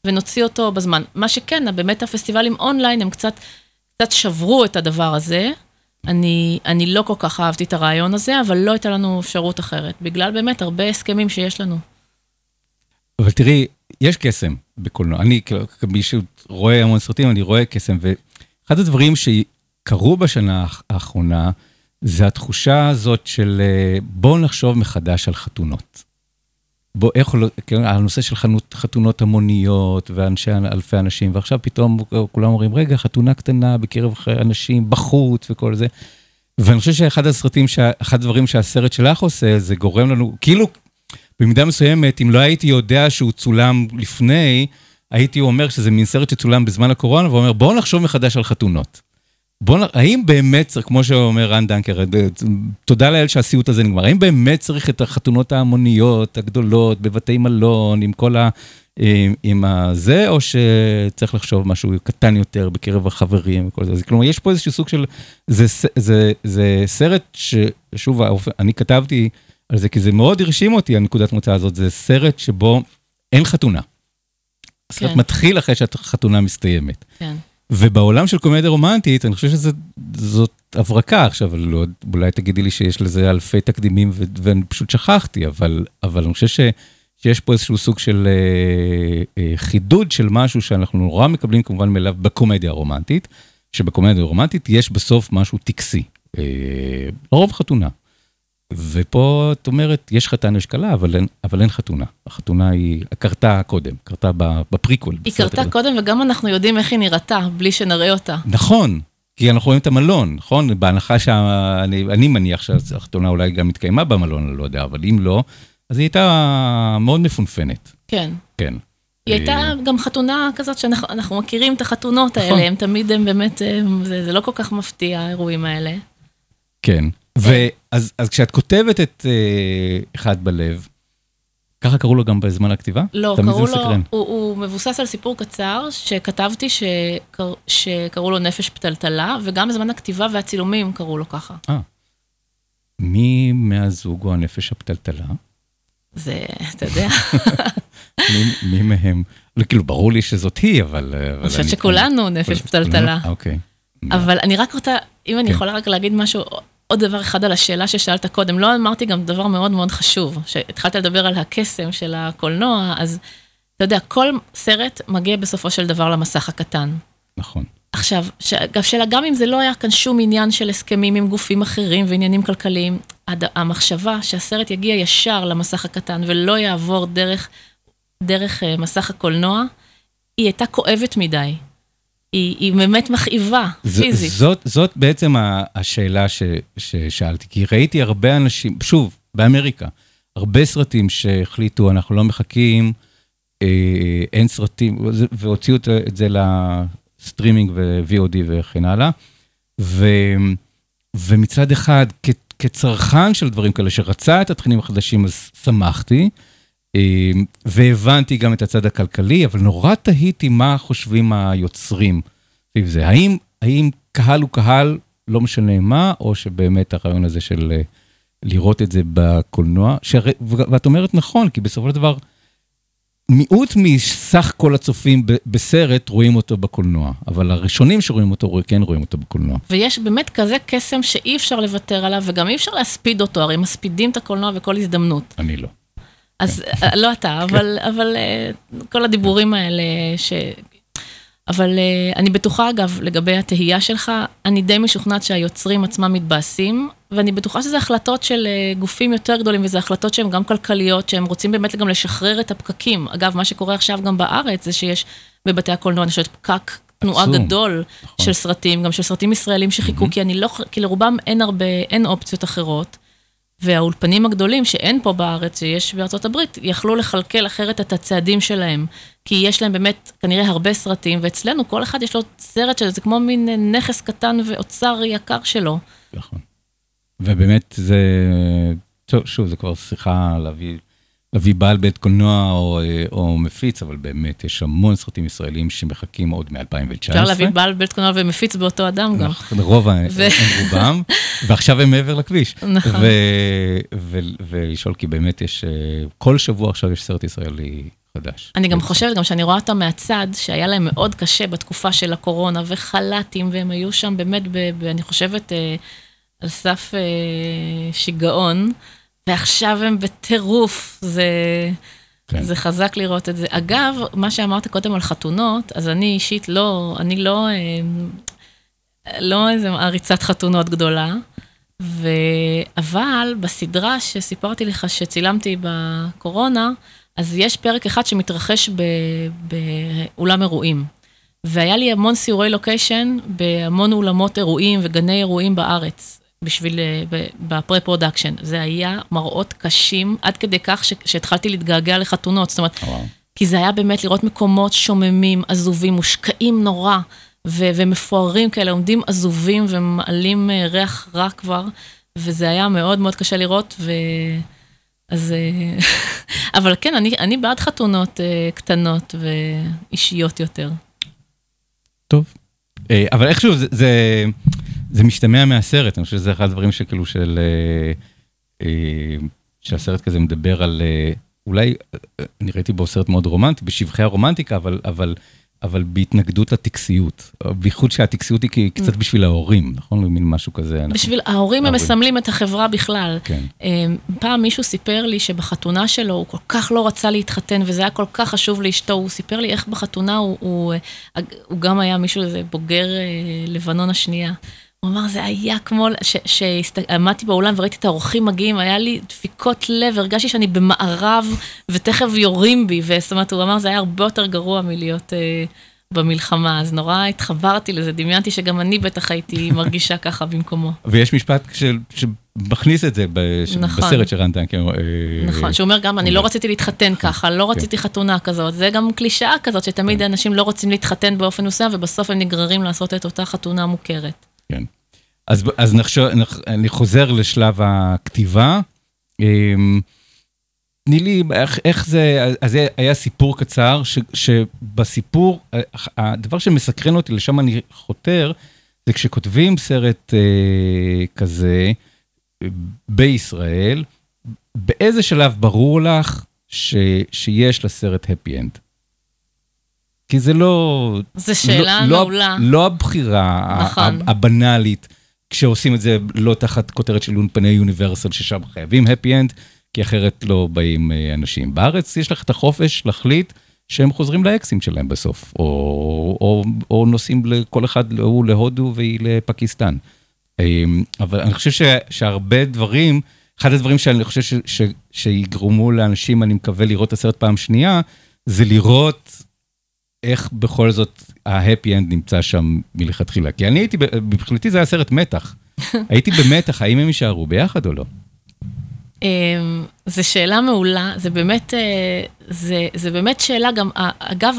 ונוציא אותו בזמן. מה שכן, באמת הפסטיבלים אונליין, הם קצת, קצת שברו את הדבר הזה. אני, אני לא כל כך אהבתי את הרעיון הזה, אבל לא הייתה לנו אפשרות אחרת, בגלל באמת הרבה הסכמים שיש לנו. אבל תראי, יש קסם בקולנוע. אני, כמי שרואה המון סרטים, אני רואה קסם, ואחד הדברים שקרו בשנה האחרונה, זה התחושה הזאת של בואו נחשוב מחדש על חתונות. בוא, איך, הנושא של חנות, חתונות המוניות, ואנשי, אלפי אנשים, ועכשיו פתאום כולם אומרים, רגע, חתונה קטנה בקרב אנשים, בחוץ וכל זה. ואני חושב שאחד הסרטים, אחד הדברים שהסרט שלך עושה, זה גורם לנו, כאילו, במידה מסוימת, אם לא הייתי יודע שהוא צולם לפני, הייתי אומר שזה מין סרט שצולם בזמן הקורונה, ואומר, בואו נחשוב מחדש על חתונות. בוא, האם באמת, כמו שאומר רן דנקר, תודה לאל שהסיוט הזה נגמר, האם באמת צריך את החתונות ההמוניות הגדולות, בבתי מלון, עם כל ה... עם הזה, או שצריך לחשוב משהו קטן יותר בקרב החברים וכל זה. כלומר, יש פה איזשהו סוג של... זה, זה, זה סרט ששוב, אני כתבתי על זה, כי זה מאוד הרשים אותי, הנקודת מוצא הזאת, זה סרט שבו אין חתונה. הסרט כן. מתחיל אחרי שהחתונה מסתיימת. כן. ובעולם של קומדיה רומנטית, אני חושב שזאת הברקה עכשיו, לא, אולי תגידי לי שיש לזה אלפי תקדימים, ו- ואני פשוט שכחתי, אבל, אבל אני חושב ש, שיש פה איזשהו סוג של אה, אה, חידוד של משהו שאנחנו נורא מקבלים כמובן מאליו בקומדיה הרומנטית, שבקומדיה הרומנטית יש בסוף משהו טקסי, אה, לרוב חתונה. ופה את אומרת, יש חתן יש כלה, אבל אין, אבל אין חתונה. החתונה היא, קרתה קודם, קרתה בפריקול. היא קרתה קודם, וגם אנחנו יודעים איך היא נראתה, בלי שנראה אותה. נכון, כי אנחנו רואים את המלון, נכון? בהנחה שאני, אני מניח שהחתונה אולי גם מתקיימה במלון, אני לא יודע, אבל אם לא, אז היא הייתה מאוד מפונפנת. כן. כן. היא הייתה גם חתונה כזאת שאנחנו מכירים את החתונות האלה, הם תמיד הם באמת, זה לא כל כך מפתיע, האירועים האלה. כן. ואז אז כשאת כותבת את אחד בלב, ככה קראו לו גם בזמן הכתיבה? לא, קראו לו, הוא, הוא מבוסס על סיפור קצר שכתבתי שקר, שקראו לו נפש פטלטלה, וגם בזמן הכתיבה והצילומים קראו לו ככה. אה. מי מהזוג הוא הנפש הפטלטלה? זה, אתה יודע. מי, מי מהם? כאילו, ברור לי שזאת היא, אבל... אני חושבת שכולנו נפש פטלטלה. אוקיי. אבל אני רק רוצה, אם אני יכולה רק להגיד משהו... עוד דבר אחד על השאלה ששאלת קודם, לא אמרתי גם דבר מאוד מאוד חשוב, שהתחלת לדבר על הקסם של הקולנוע, אז אתה יודע, כל סרט מגיע בסופו של דבר למסך הקטן. נכון. עכשיו, שאלה, גם אם זה לא היה כאן שום עניין של הסכמים עם גופים אחרים ועניינים כלכליים, המחשבה שהסרט יגיע ישר למסך הקטן ולא יעבור דרך, דרך מסך הקולנוע, היא הייתה כואבת מדי. היא, היא באמת מכאיבה, פיזית. זאת, זאת בעצם השאלה ש, ששאלתי, כי ראיתי הרבה אנשים, שוב, באמריקה, הרבה סרטים שהחליטו, אנחנו לא מחכים, אה, אין סרטים, והוציאו את זה לסטרימינג ו-וי או די וכן הלאה, ו, ומצד אחד, כ, כצרכן של דברים כאלה, שרצה את התכנים החדשים, אז שמחתי, והבנתי גם את הצד הכלכלי, אבל נורא תהיתי מה חושבים היוצרים. זה, האם, האם קהל הוא קהל, לא משנה מה, או שבאמת הרעיון הזה של לראות את זה בקולנוע, ואת אומרת נכון, כי בסופו של דבר, מיעוט מסך כל הצופים בסרט רואים אותו בקולנוע, אבל הראשונים שרואים אותו, כן רואים אותו בקולנוע. ויש באמת כזה קסם שאי אפשר לוותר עליו, וגם אי אפשר להספיד אותו, הרי מספידים את הקולנוע וכל הזדמנות. אני לא. אז לא אתה, אבל, אבל כל הדיבורים האלה ש... אבל אני בטוחה אגב, לגבי התהייה שלך, אני די משוכנעת שהיוצרים עצמם מתבאסים, ואני בטוחה שזה החלטות של גופים יותר גדולים, וזה החלטות שהן גם כלכליות, שהם רוצים באמת גם לשחרר את הפקקים. אגב, מה שקורה עכשיו גם בארץ, זה שיש בבתי הקולנוע, אני חושבת, פקק תנועה גדול של סרטים, גם של סרטים ישראלים שחיכו, כי אני לא, כי לרובם אין הרבה, אין אופציות אחרות. והאולפנים הגדולים שאין פה בארץ, שיש בארצות הברית, יכלו לחלקל אחרת את הצעדים שלהם, כי יש להם באמת כנראה הרבה סרטים, ואצלנו כל אחד יש לו סרט שזה כמו מין נכס קטן ואוצר יקר שלו. נכון. ובאמת זה, טוב, שוב, זה כבר שיחה להביא, להביא בעל בית קולנוע או, או מפיץ, אבל באמת יש המון סרטים ישראלים שמחכים עוד מ-אלפיים תשע עשרה. אפשר להביא בעל בית קולנוע ומפיץ באותו אדם גם. רוב הם רובם, ועכשיו הם מעבר לכביש. נכון. ולשאול, כי באמת יש, כל שבוע עכשיו יש סרט ישראלי חדש. אני גם חושבת, גם שאני רואה אותם מהצד, שהיה להם מאוד קשה בתקופה של הקורונה, וחלטים, והם היו שם באמת, ב, ב, אני חושבת, אה, על סף אה, שיגעון, ועכשיו הם בטירוף, זה, כן. זה חזק לראות את זה. אגב, מה שאמרת קודם על חתונות, אז אני אישית לא, אני לא, אה, לא איזה עריצת חתונות גדולה, ו... אבל בסדרה שסיפרתי לך שצילמתי בקורונה, אז יש פרק אחד שמתרחש ב... באולם אירועים. והיה לי המון סיורי לוקיישן בהמון אולמות אירועים וגני אירועים בארץ, בשביל, בפרי-פרודקשן. זה היה מראות קשים, עד כדי כך ש... שהתחלתי להתגעגע לחתונות. זאת אומרת, וואו. כי זה היה באמת לראות מקומות שוממים, עזובים, מושקעים נורא, ו- ומפוארים כאלה, עומדים עזובים ומעלים ריח רע כבר, וזה היה מאוד מאוד קשה לראות, ו... אז... אבל כן, אני, אני בעד חתונות קטנות ואישיות יותר. טוב. אבל איכשהו זה, זה, זה משתמע מהסרט, אני חושב שזה אחד הדברים שכאילו של... שהסרט כזה מדבר על... אולי, אני ראיתי בו סרט מאוד רומנטי, בשבחי הרומנטיקה, אבל... אבל אבל בהתנגדות לטקסיות, בייחוד שהטקסיות היא קצת בשביל ההורים, נכון? מין משהו כזה. בשביל ההורים הם מסמלים את החברה בכלל. כן. פעם מישהו סיפר לי שבחתונה שלו הוא כל כך לא רצה להתחתן, וזה היה כל כך חשוב לאשתו, הוא סיפר לי איך בחתונה הוא, הוא, הוא גם היה מישהו, זה בוגר לבנון השנייה. הוא אמר, זה היה כמו, שעמדתי באולם וראיתי את האורחים מגיעים, היה לי דפיקות לב, הרגשתי שאני במערב, ותכף יורים בי, וזאת אומרת, הוא אמר, זה היה הרבה יותר גרוע מלהיות אה, במלחמה, אז נורא התחברתי לזה, דמיינתי שגם אני בטח הייתי מרגישה ככה במקומו. ויש משפט ש, שמכניס את זה נכון. בסרט שרנטה. נכון, שהוא אומר גם, אני לא רציתי להתחתן ככה, לא רציתי חתונה כזאת, זה גם קלישאה כזאת, שתמיד אנשים לא רוצים להתחתן באופן מסוים, ובסוף הם נגררים לעשות את אותה חתונה מוכרת. כן. אז, אז נחשוב, אני חוזר לשלב הכתיבה. תני לי, איך, איך זה, אז היה סיפור קצר, ש, שבסיפור, הדבר שמסקרן אותי, לשם אני חותר, זה כשכותבים סרט אה, כזה בישראל, באיזה שלב ברור לך ש, שיש לסרט happy end? כי זה לא... זה שאלה לא, מעולה. לא, לא הבחירה נכון. הבנאלית, כשעושים את זה לא תחת כותרת של אולפני יוניברסל, ששם חייבים happy end, כי אחרת לא באים אנשים. בארץ יש לך את החופש להחליט שהם חוזרים לאקסים שלהם בסוף, או, או, או נוסעים לכל אחד, הוא להודו והיא לפקיסטן. אבל אני חושב ש, שהרבה דברים, אחד הדברים שאני חושב ש, ש, שיגרמו לאנשים, אני מקווה לראות את הסרט פעם שנייה, זה לראות איך בכל זאת ה-happy end נמצא שם מלכתחילה. כי אני הייתי, מבחינתי זה היה סרט מתח. הייתי במתח, האם הם יישארו ביחד או לא? זו שאלה מעולה, זה באמת, זה, זה באמת שאלה גם, אגב,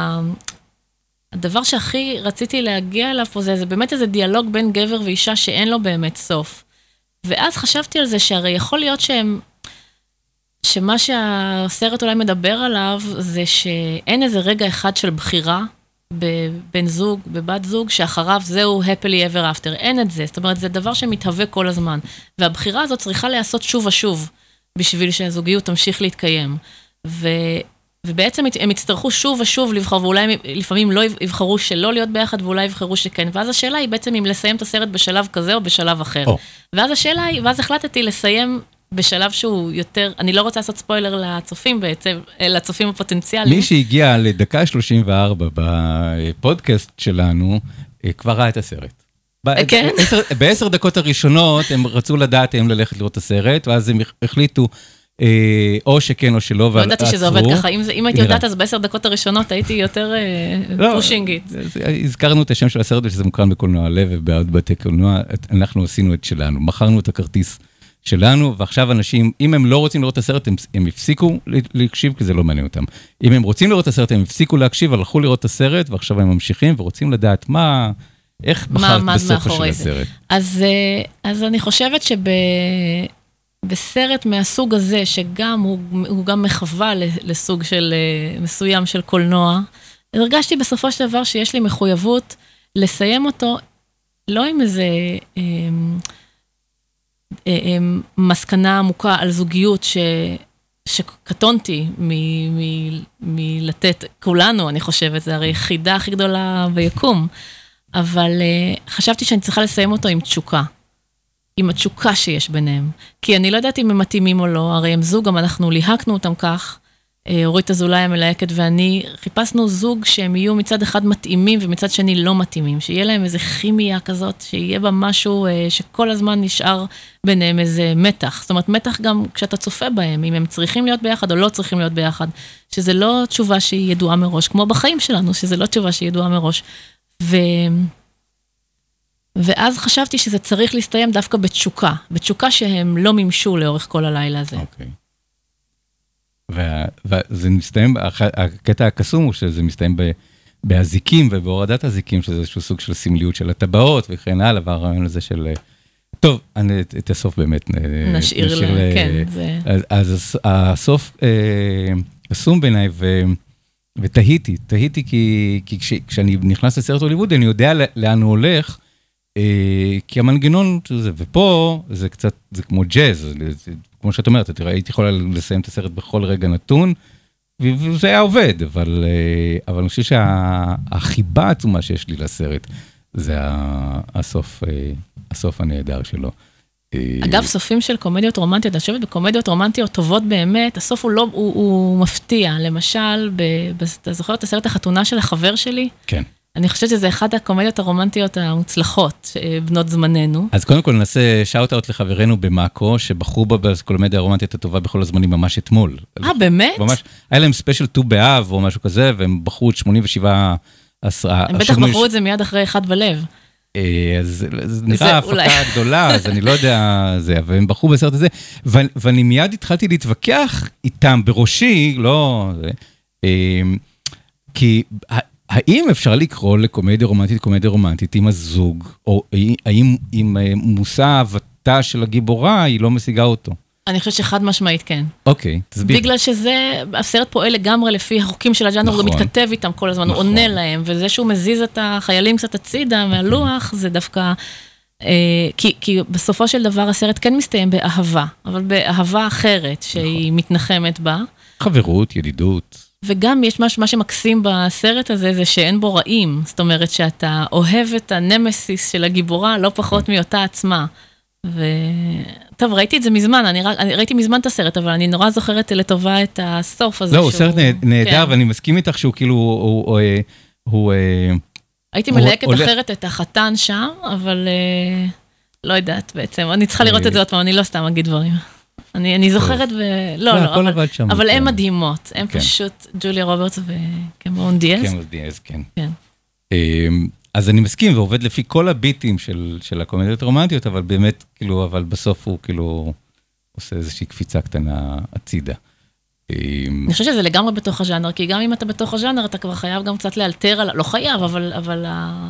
הדבר שהכי רציתי להגיע אליו פה, זה, זה באמת איזה דיאלוג בין גבר ואישה שאין לו באמת סוף. ואז חשבתי על זה שהרי יכול להיות שהם, שמה שהסרט אולי מדבר עליו, זה שאין איזה רגע אחד של בחירה, בבן זוג, בבת זוג, שאחריו זהו happily ever after. אין את זה. זאת אומרת, זה דבר שמתהווה כל הזמן. והבחירה הזאת צריכה להיעשות שוב ושוב, בשביל שהזוגיות תמשיך להתקיים. ו... ובעצם הם יצטרכו שוב ושוב לבחור, ואולי הם לפעמים לא יבחרו שלא להיות ביחד, ואולי יבחרו שכן. ואז השאלה היא בעצם אם לסיים את הסרט בשלב כזה או בשלב אחר. Oh. ואז השאלה היא, ואז החלטתי לסיים בשלב שהוא יותר, אני לא רוצה לעשות ספוילר לצופים בעצם, לצופים הפוטנציאליים. מי שהגיע לדקה שלושים וארבע בפודקאסט שלנו, כבר ראה את הסרט. כן? בעשר דקות הראשונות הם רצו לדעת אם ללכת לראות את הסרט, ואז הם החליטו או שכן או שלא, לא ידעתי שזה עובד ככה, אם הייתי יודעת אז בעשר דקות הראשונות הייתי יותר פושינגית. הזכרנו את השם של הסרט ושזה מוקרן בקולנוע לב ובעוד בתי קולנוע, אנחנו עשינו את שלנו, מכרנו את הכרטיס שלנו, ועכשיו אנשים, אם הם לא רוצים לראות את הסרט, הם, הם הפסיקו להקשיב, כי זה לא מעניין אותם. אם הם רוצים לראות את הסרט, הם הפסיקו להקשיב, הלכו לראות את הסרט, ועכשיו הם ממשיכים, ורוצים לדעת מה, איך בחרת בסוף של הסרט. אז, אז אני חושבת שבסרט מהסוג הזה, שגם הוא, הוא גם מחווה לסוג של, מסוים של קולנוע, הרגשתי בסופו של דבר שיש לי מחויבות לסיים אותו, לא עם איזה... מסקנה עמוקה על זוגיות ש, שקטונתי מלתת, כולנו, אני חושבת, זה הרי חידה הכי גדולה ביקום, אבל חשבתי שאני צריכה לסיים אותו עם תשוקה, עם התשוקה שיש ביניהם, כי אני לא יודעת אם הם מתאימים או לא, הרי הם זוג, גם אנחנו ליהקנו אותם כך, אורית אזולאי המלהקת ואני, חיפשנו זוג שהם יהיו מצד אחד מתאימים ומצד שני לא מתאימים, שיהיה להם איזה כימיה כזאת, שיהיה בה משהו שכל הזמן נשאר ביניהם איזה מתח, זאת אומרת מתח גם כשאתה צופה בהם, אם הם צריכים להיות ביחד או לא צריכים להיות ביחד, שזה לא תשובה שהיא ידועה מראש, כמו בחיים שלנו, שזה לא תשובה שהיא ידועה מראש. ו... ואז חשבתי שזה צריך להסתיים דווקא בתשוקה, בתשוקה שהם לא מימשו לאורך כל הלילה הזה. אוקיי. וזה מסתיים, הקטע הקסום הוא שזה מסתיים בהזיקים ובהורדת הזיקים, שזה איזשהו סוג של סמליות של הטבעות וכן הלאה, והרעיון הזה של... טוב, אני תאסוף באמת. נשאיר לה, כן. אז הסוף קסום בעיניי, ותהיתי, תהיתי כי כשאני נכנס לסרט הוליוודי, אני יודע לאן הוא הולך, כי המנגנון, ופה זה קצת, זה כמו ג'אז, כמו שאת אומרת, הייתי יכולה לסיים את הסרט בכל רגע נתון, וזה היה עובד, אבל, אבל אני חושב שהחיבה העצומה שיש לי לסרט, זה הסוף, הסוף הנהדר שלו. אגב, סופים של קומדיות רומנטיות, אני חושבת בקומדיות רומנטיות טובות באמת, הסוף הוא לא, הוא, הוא מפתיע, למשל, אתה זוכר את הסרט החתונה של החבר שלי? כן. אני חושבת שזה אחד הקומדיות הרומנטיות המוצלחות, בנות זמננו. אז קודם כל נעשה שאוט-אוט לחברנו במאקו, שבחרו בה בקומדיה הרומנטית הטובה בכל הזמנים ממש אתמול. אה, באמת? ממש, היה להם ספיישל ט"ו באב או משהו כזה, והם בחרו את שמונים ושבעה... הם בטח בחרו את זה מיד אחרי אחד בלב. אז זה נראה הפקה גדולה, אז אני לא יודע זה, אבל הם בחרו בסרט הזה, ואני מיד התחלתי להתווכח איתם בראשי, לא... כי... האם אפשר לקרוא לקומדיה רומנטית, קומדיה רומנטית עם הזוג, או האם עם מושא האהבתה של הגיבורה, היא לא משיגה אותו? אני חושבת שחד משמעית כן. אוקיי, תסביר. בגלל שזה, הסרט פועל לגמרי לפי החוקים של הג'אנר, הוא מתכתב איתם כל הזמן, הוא עונה להם, וזה שהוא מזיז את החיילים קצת הצידה מהלוח, זה דווקא, כי בסופו של דבר הסרט כן מסתיים באהבה, אבל באהבה אחרת שהיא מתנחמת בה. חברות, ידידות. וגם יש משהו, מה שמקסים בסרט הזה, זה שאין בו רעים. זאת אומרת שאתה אוהב את הנמסיס של הגיבורה, לא פחות מאותה עצמה. ו... טוב, ראיתי את זה מזמן, אני, רק, אני ראיתי מזמן את הסרט, אבל אני נורא זוכרת לטובה את הסוף הזה. לא, הוא סרט נהדר, כן. ואני מסכים איתך שהוא כאילו, הוא... הוא, הוא הייתי מלהקת הולך... אחרת את החתן שם, אבל לא יודעת בעצם. אני צריכה לראות את זה עוד פעם, אני לא סתם אגיד דברים. אני, אני זוכרת ו... לא, לא, אבל, אבל הן מדהימות. הן פשוט ג'וליה רוברטס וקמרון דיאז. קמרון דיאז, כן. כן. אז אני מסכים, ועובד לפי כל הביטים של, של הקומדיות הרומנטיות, אבל באמת, כאילו, אבל בסוף הוא כאילו עושה איזושהי קפיצה קטנה הצידה. אני חושבת שזה לגמרי בתוך הז'אנר, כי גם אם אתה בתוך הז'אנר, אתה כבר חייב גם קצת לאלתר, לא חייב, אבל... אבל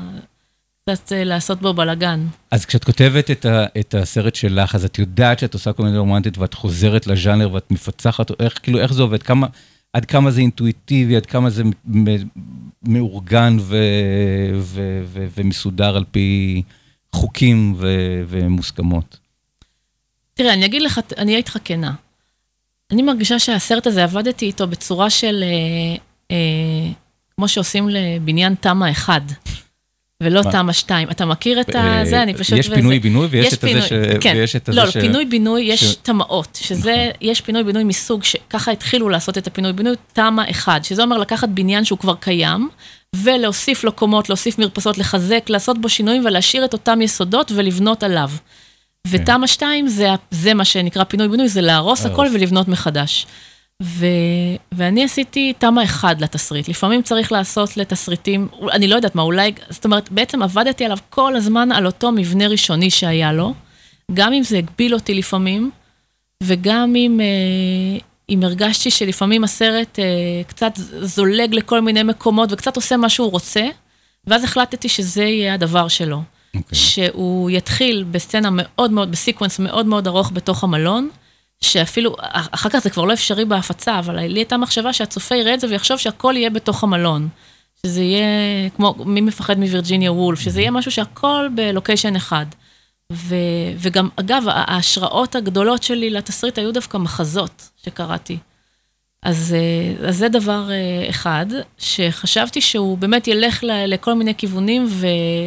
קצת לעשות בו בלגן. אז כשאת כותבת את, ה, את הסרט שלך, אז את יודעת שאת עושה קומדיה רומנטית, ואת חוזרת לז'אנר, ואת מפצחת, איך, כאילו, איך זה עובד? כמה, עד כמה זה אינטואיטיבי, עד כמה זה מאורגן ו, ו, ו, ומסודר על פי חוקים ו, ומוסכמות? תראה, אני אגיד לך, אני הייתי חכנה. אני מרגישה שהסרט הזה, עבדתי איתו בצורה של, אה, אה, כמו שעושים לבניין תמה אחד. ולא תמה שתיים. אתה מכיר את זה? אני פשוט... יש פינוי-בינוי ויש את הזה ש... ויש את הזה ש... לא, פינוי-בינוי יש תמאות, שזה, יש פינוי-בינוי מסוג שככה התחילו לעשות את הפינוי-בינוי, תמה אחד, שזה אומר לקחת בניין שהוא כבר קיים, ולהוסיף לו קומות, להוסיף מרפסות, לחזק, לעשות בו שינויים ולהשאיר את אותם יסודות ולבנות עליו. ותמה שתיים זה מה שנקרא פינוי-בינוי, זה להרוס הכל ולבנות מחדש. ו... ואני עשיתי תמה אחד לתסריט. לפעמים צריך לעשות לתסריטים, אני לא יודעת מה, אולי, זאת אומרת, בעצם עבדתי עליו כל הזמן על אותו מבנה ראשוני שהיה לו, גם אם זה הגביל אותי לפעמים, וגם אם, אם הרגשתי שלפעמים הסרט קצת זולג לכל מיני מקומות, וקצת עושה מה שהוא רוצה, ואז החלטתי שזה יהיה הדבר שלו. Okay. שהוא יתחיל בסצנה מאוד מאוד, בסיקוונס מאוד מאוד ארוך בתוך המלון, שאפילו, אחר כך זה כבר לא אפשרי בהפצה, אבל לי הייתה מחשבה שהצופה יראה את זה ויחשוב שהכל יהיה בתוך המלון. שזה יהיה, כמו מי מפחד מווירג'יניה וולף, שזה יהיה משהו שהכל בלוקיישן אחד. ו, וגם, אגב, ההשראות הגדולות שלי לתסריט היו דווקא מחזות, שקראתי. אז, אז זה דבר אחד, שחשבתי שהוא באמת ילך לכל מיני כיוונים, ו,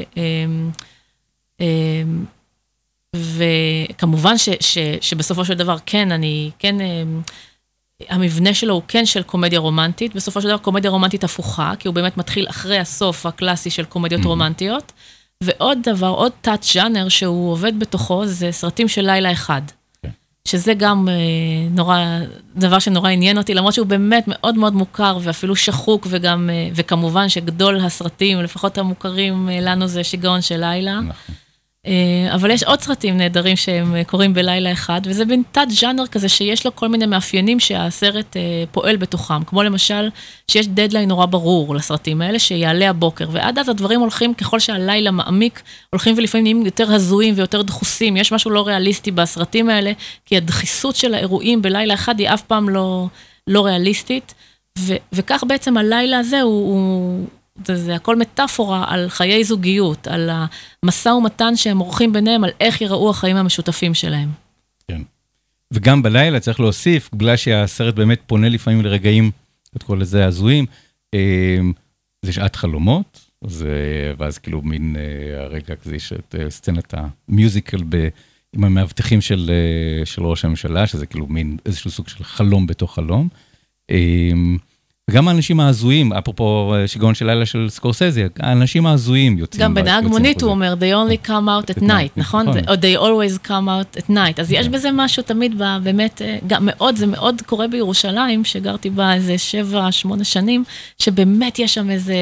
וכמובן ש, ש, שבסופו של דבר כן, אני, כן, המבנה שלו הוא כן של קומדיה רומנטית, בסופו של דבר קומדיה רומנטית הפוכה, כי הוא באמת מתחיל אחרי הסוף הקלאסי של קומדיות mm-hmm. רומנטיות, ועוד דבר, עוד תת-ז'אנר שהוא עובד בתוכו, זה סרטים של לילה אחד. שזה גם נורא, דבר שנורא עניין אותי, למרות שהוא באמת מאוד מאוד מוכר, ואפילו שחוק, וגם, וכמובן שגדול הסרטים, לפחות המוכרים לנו זה שיגעון של לילה. נכון. אבל יש עוד סרטים נהדרים שהם קוראים בלילה אחד, וזה בין תת ז'אנר כזה שיש לו כל מיני מאפיינים שהסרט פועל בתוכם, כמו למשל שיש דדליין נורא ברור לסרטים האלה, שיעלה הבוקר, ועד אז הדברים הולכים, ככל שהלילה מעמיק, הולכים ולפעמים נהיים יותר הזויים ויותר דחוסים, יש משהו לא ריאליסטי בסרטים האלה, כי הדחיסות של האירועים בלילה אחד היא אף פעם לא, לא ריאליסטית, ו- וכך בעצם הלילה הזה הוא... הוא זה, זה הכל מטאפורה על חיי זוגיות, על המשא ומתן שהם עורכים ביניהם, על איך יראו החיים המשותפים שלהם. כן. וגם בלילה צריך להוסיף, בגלל שהסרט באמת פונה לפעמים לרגעים, את כל הזה הזויים, זה שעת חלומות, ואז כאילו מין הרגע כזה, יש את סצנת המיוזיקל עם המאבטחים של, של ראש הממשלה, שזה כאילו מין איזשהו סוג של חלום בתוך חלום. וגם האנשים ההזויים, אפרופו שיגעון של לילה של סקורסזה, האנשים ההזויים יוצאים. גם בנהג מונית הוא אומר, they only come out at night, נכון? או they always come out at night. אז יש בזה משהו תמיד באמת, גם מאוד, זה מאוד קורה בירושלים, שגרתי בה איזה שבע, שמונה שנים, שבאמת יש שם איזה,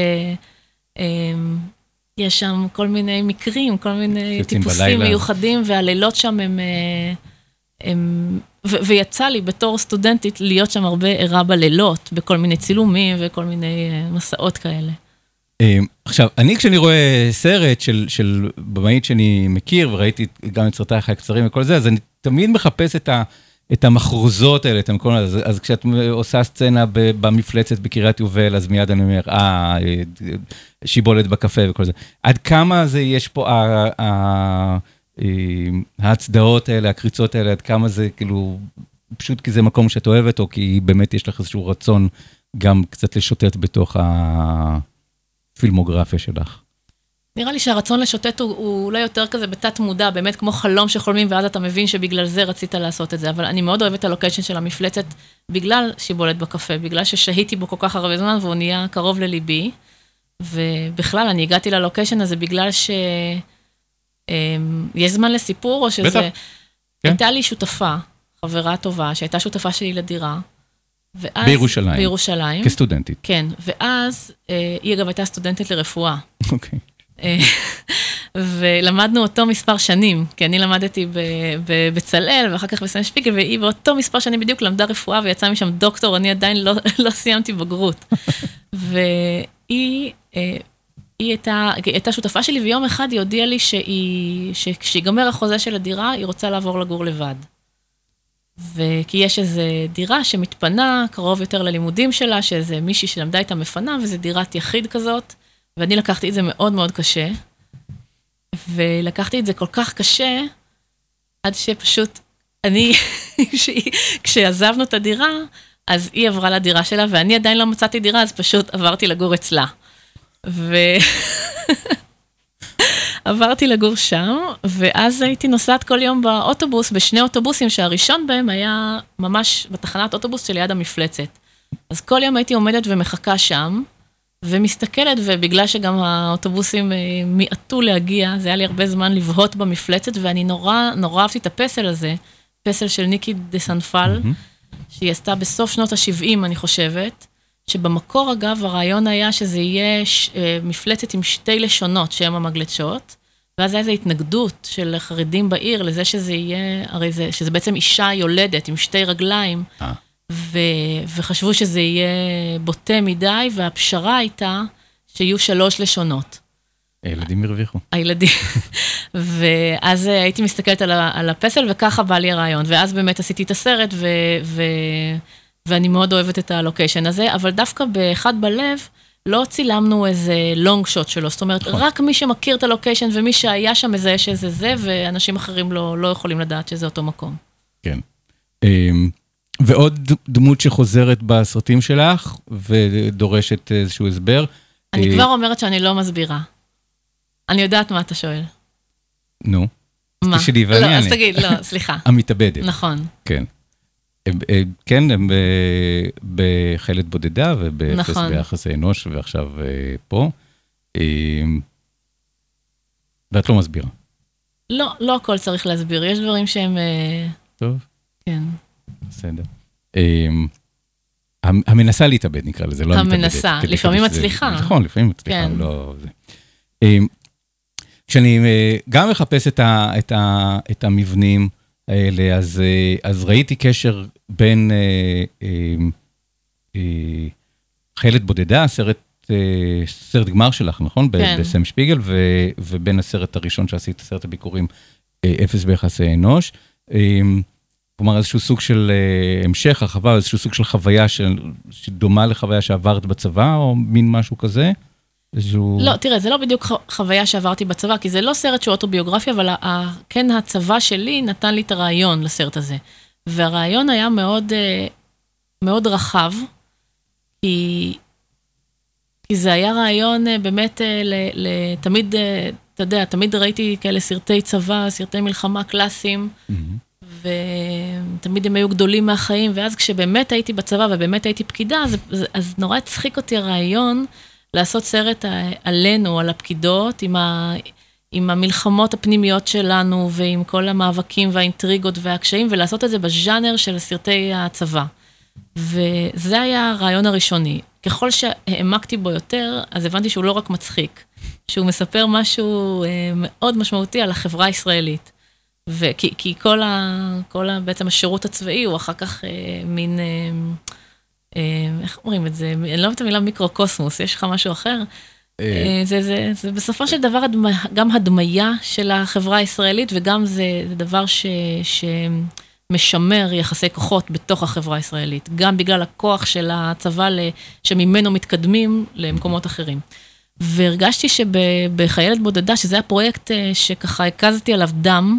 יש שם כל מיני מקרים, כל מיני טיפוסים מיוחדים, והלילות שם הם... הם ו- ויצא לי בתור סטודנטית להיות שם הרבה ערה בלילות, בכל מיני צילומים וכל מיני uh, מסעות כאלה. עכשיו, אני כשאני רואה סרט של, של במאית שאני מכיר, וראיתי גם את סרטי החיים הקצרים וכל זה, אז אני תמיד מחפש את, ה, את המחרוזות האלה, את המקום הזה. אז, אז כשאת עושה סצנה במפלצת בקריית יובל, אז מיד אני אומר, אה, שיבולת בקפה וכל זה. עד כמה זה יש פה... ה, ה, ההצדעות האלה, הקריצות האלה, עד כמה זה כאילו, פשוט כי זה מקום שאת אוהבת, או כי באמת יש לך איזשהו רצון גם קצת לשוטט בתוך הפילמוגרפיה שלך. נראה לי שהרצון לשוטט הוא, הוא אולי יותר כזה בתת מודע, באמת כמו חלום שחולמים, ואז אתה מבין שבגלל זה רצית לעשות את זה, אבל אני מאוד אוהבת את הלוקיישן של המפלצת, בגלל שיבולת בקפה, בגלל ששהיתי בו כל כך הרבה זמן, והוא נהיה קרוב לליבי, ובכלל אני הגעתי ללוקיישן הזה בגלל ש... יש זמן לסיפור, או שזה... הייתה לי שותפה, חברה טובה, שהייתה שותפה שלי לדירה. בירושלים. בירושלים. כסטודנטית. כן, ואז היא אגב הייתה סטודנטית לרפואה. אוקיי. ולמדנו אותו מספר שנים, כי אני למדתי בבצלאל, ואחר כך בסן שפיגל, והיא באותו מספר שנים בדיוק למדה רפואה, ויצאה משם דוקטור, אני עדיין לא סיימתי בגרות. והיא... היא הייתה, הייתה שותפה שלי, ויום אחד היא הודיעה לי שהיא, שכשיגמר החוזה של הדירה, היא רוצה לעבור לגור לבד. וכי יש איזו דירה שמתפנה, קרוב יותר ללימודים שלה, שאיזה מישהי שלמדה איתה מפנה, וזו דירת יחיד כזאת, ואני לקחתי את זה מאוד מאוד קשה, ולקחתי את זה כל כך קשה, עד שפשוט, אני, כשעזבנו את הדירה, אז היא עברה לדירה שלה, ואני עדיין לא מצאתי דירה, אז פשוט עברתי לגור אצלה. ועברתי לגור שם, ואז הייתי נוסעת כל יום באוטובוס, בשני אוטובוסים שהראשון בהם היה ממש בתחנת אוטובוס שליד המפלצת. אז כל יום הייתי עומדת ומחכה שם, ומסתכלת, ובגלל שגם האוטובוסים מיעטו להגיע, זה היה לי הרבה זמן לבהות במפלצת, ואני נורא, נורא אהבתי את הפסל הזה, פסל של ניקי דה סנפל, שהיא עשתה בסוף שנות ה-שבעים, אני חושבת, שבמקור, אגב, הרעיון היה שזה יהיה ש... מפלצת עם שתי לשונות, שהן המגלשות, ואז היה איזו התנגדות של חרדים בעיר, לזה שזה יהיה, הרי זה, שזה בעצם אישה יולדת עם שתי רגליים, ו... וחשבו שזה יהיה בוטה מדי, והפשרה הייתה שיהיו שלוש לשונות. הילדים הרוויחו. הילדים. ואז הייתי מסתכלת על, ה... על הפסל, וככה בא לי הרעיון, ואז באמת עשיתי את הסרט, ו... ו... ואני מאוד אוהבת את הלוקיישן הזה, אבל דווקא באחד בלב, לא צילמנו איזה לונג שוט שלו, זאת אומרת, רק מי שמכיר את הלוקיישן, ומי שהיה שם מזהה שזה זה, ואנשים אחרים לא, לא יכולים לדעת שזה אותו מקום. כן. ועוד דמות שחוזרת בסרטים שלך, ודורשת איזשהו הסבר. אני כבר אומרת שאני לא מסבירה. אני יודעת מה אתה שואל. נו. מה? תשאלי ואני לא, אענה. אז תגיד, לא, סליחה. המתאבדת. נכון. כן. כן, הם בחיילת בודדה, ובאפס ביחסי אנוש, ועכשיו פה. ואת לא מסבירה. לא, לא הכל צריך להסביר. יש דברים שהם... טוב. כן. בסדר. המנסה להתאבד, נקרא לזה, לא המתאבדת. המנסה, לפעמים מצליחה. נכון, לפעמים מצליחה, לא... כשאני גם מחפש את המבנים האלה, אז ראיתי קשר בין חיילת בודדה, סרט גמר שלך, נכון? בסם שפיגל, ובין הסרט הראשון שעשית, סרט הביקורים, אפס ביחסי אנוש. כלומר, איזשהו סוג של המשך, הרחבה, איזשהו סוג של חוויה שדומה לחוויה שעברת בצבא, או מין משהו כזה? לא, תראה, זה לא בדיוק חוויה שעברתי בצבא, כי זה לא סרט שהוא אוטוביוגרפי, אבל כן הצבא שלי נתן לי את הרעיון לסרט הזה. והרעיון היה מאוד, מאוד רחב, כי, כי זה היה רעיון באמת לתמיד, אתה יודע, תמיד ראיתי כאלה סרטי צבא, סרטי מלחמה קלאסיים, ותמיד הם היו גדולים מהחיים, ואז כשבאמת הייתי בצבא ובאמת הייתי פקידה, אז, אז נורא הצחיק אותי הרעיון לעשות סרט עלינו, על הפקידות, עם, ה, עם המלחמות הפנימיות שלנו, ועם כל המאבקים והאינטריגות והקשיים, ולעשות את זה בז'אנר של סרטי הצבא. וזה היה הרעיון הראשוני. ככל שהעמקתי בו יותר, אז הבנתי שהוא לא רק מצחיק, שהוא מספר משהו מאוד משמעותי על החברה הישראלית. וכי, כי כל ה, כל ה, בעצם השירות הצבאי הוא אחר כך אה, מין, אה, אה, איך אומרים את זה? אני לא יודעת המילה מיקרוקוסמוס, יש לך משהו אחר? אה, זה, זה, זה בסופו של דבר הדמה, גם הדמיה של החברה הישראלית, וגם זה, זה דבר ש, שמשמר יחסי כוחות בתוך החברה הישראלית, גם בגלל הכוח של הצבא שממנו מתקדמים למקומות אחרים. והרגשתי שבחיילת בודדה, שזה הפרויקט שככה הקזתי עליו דם,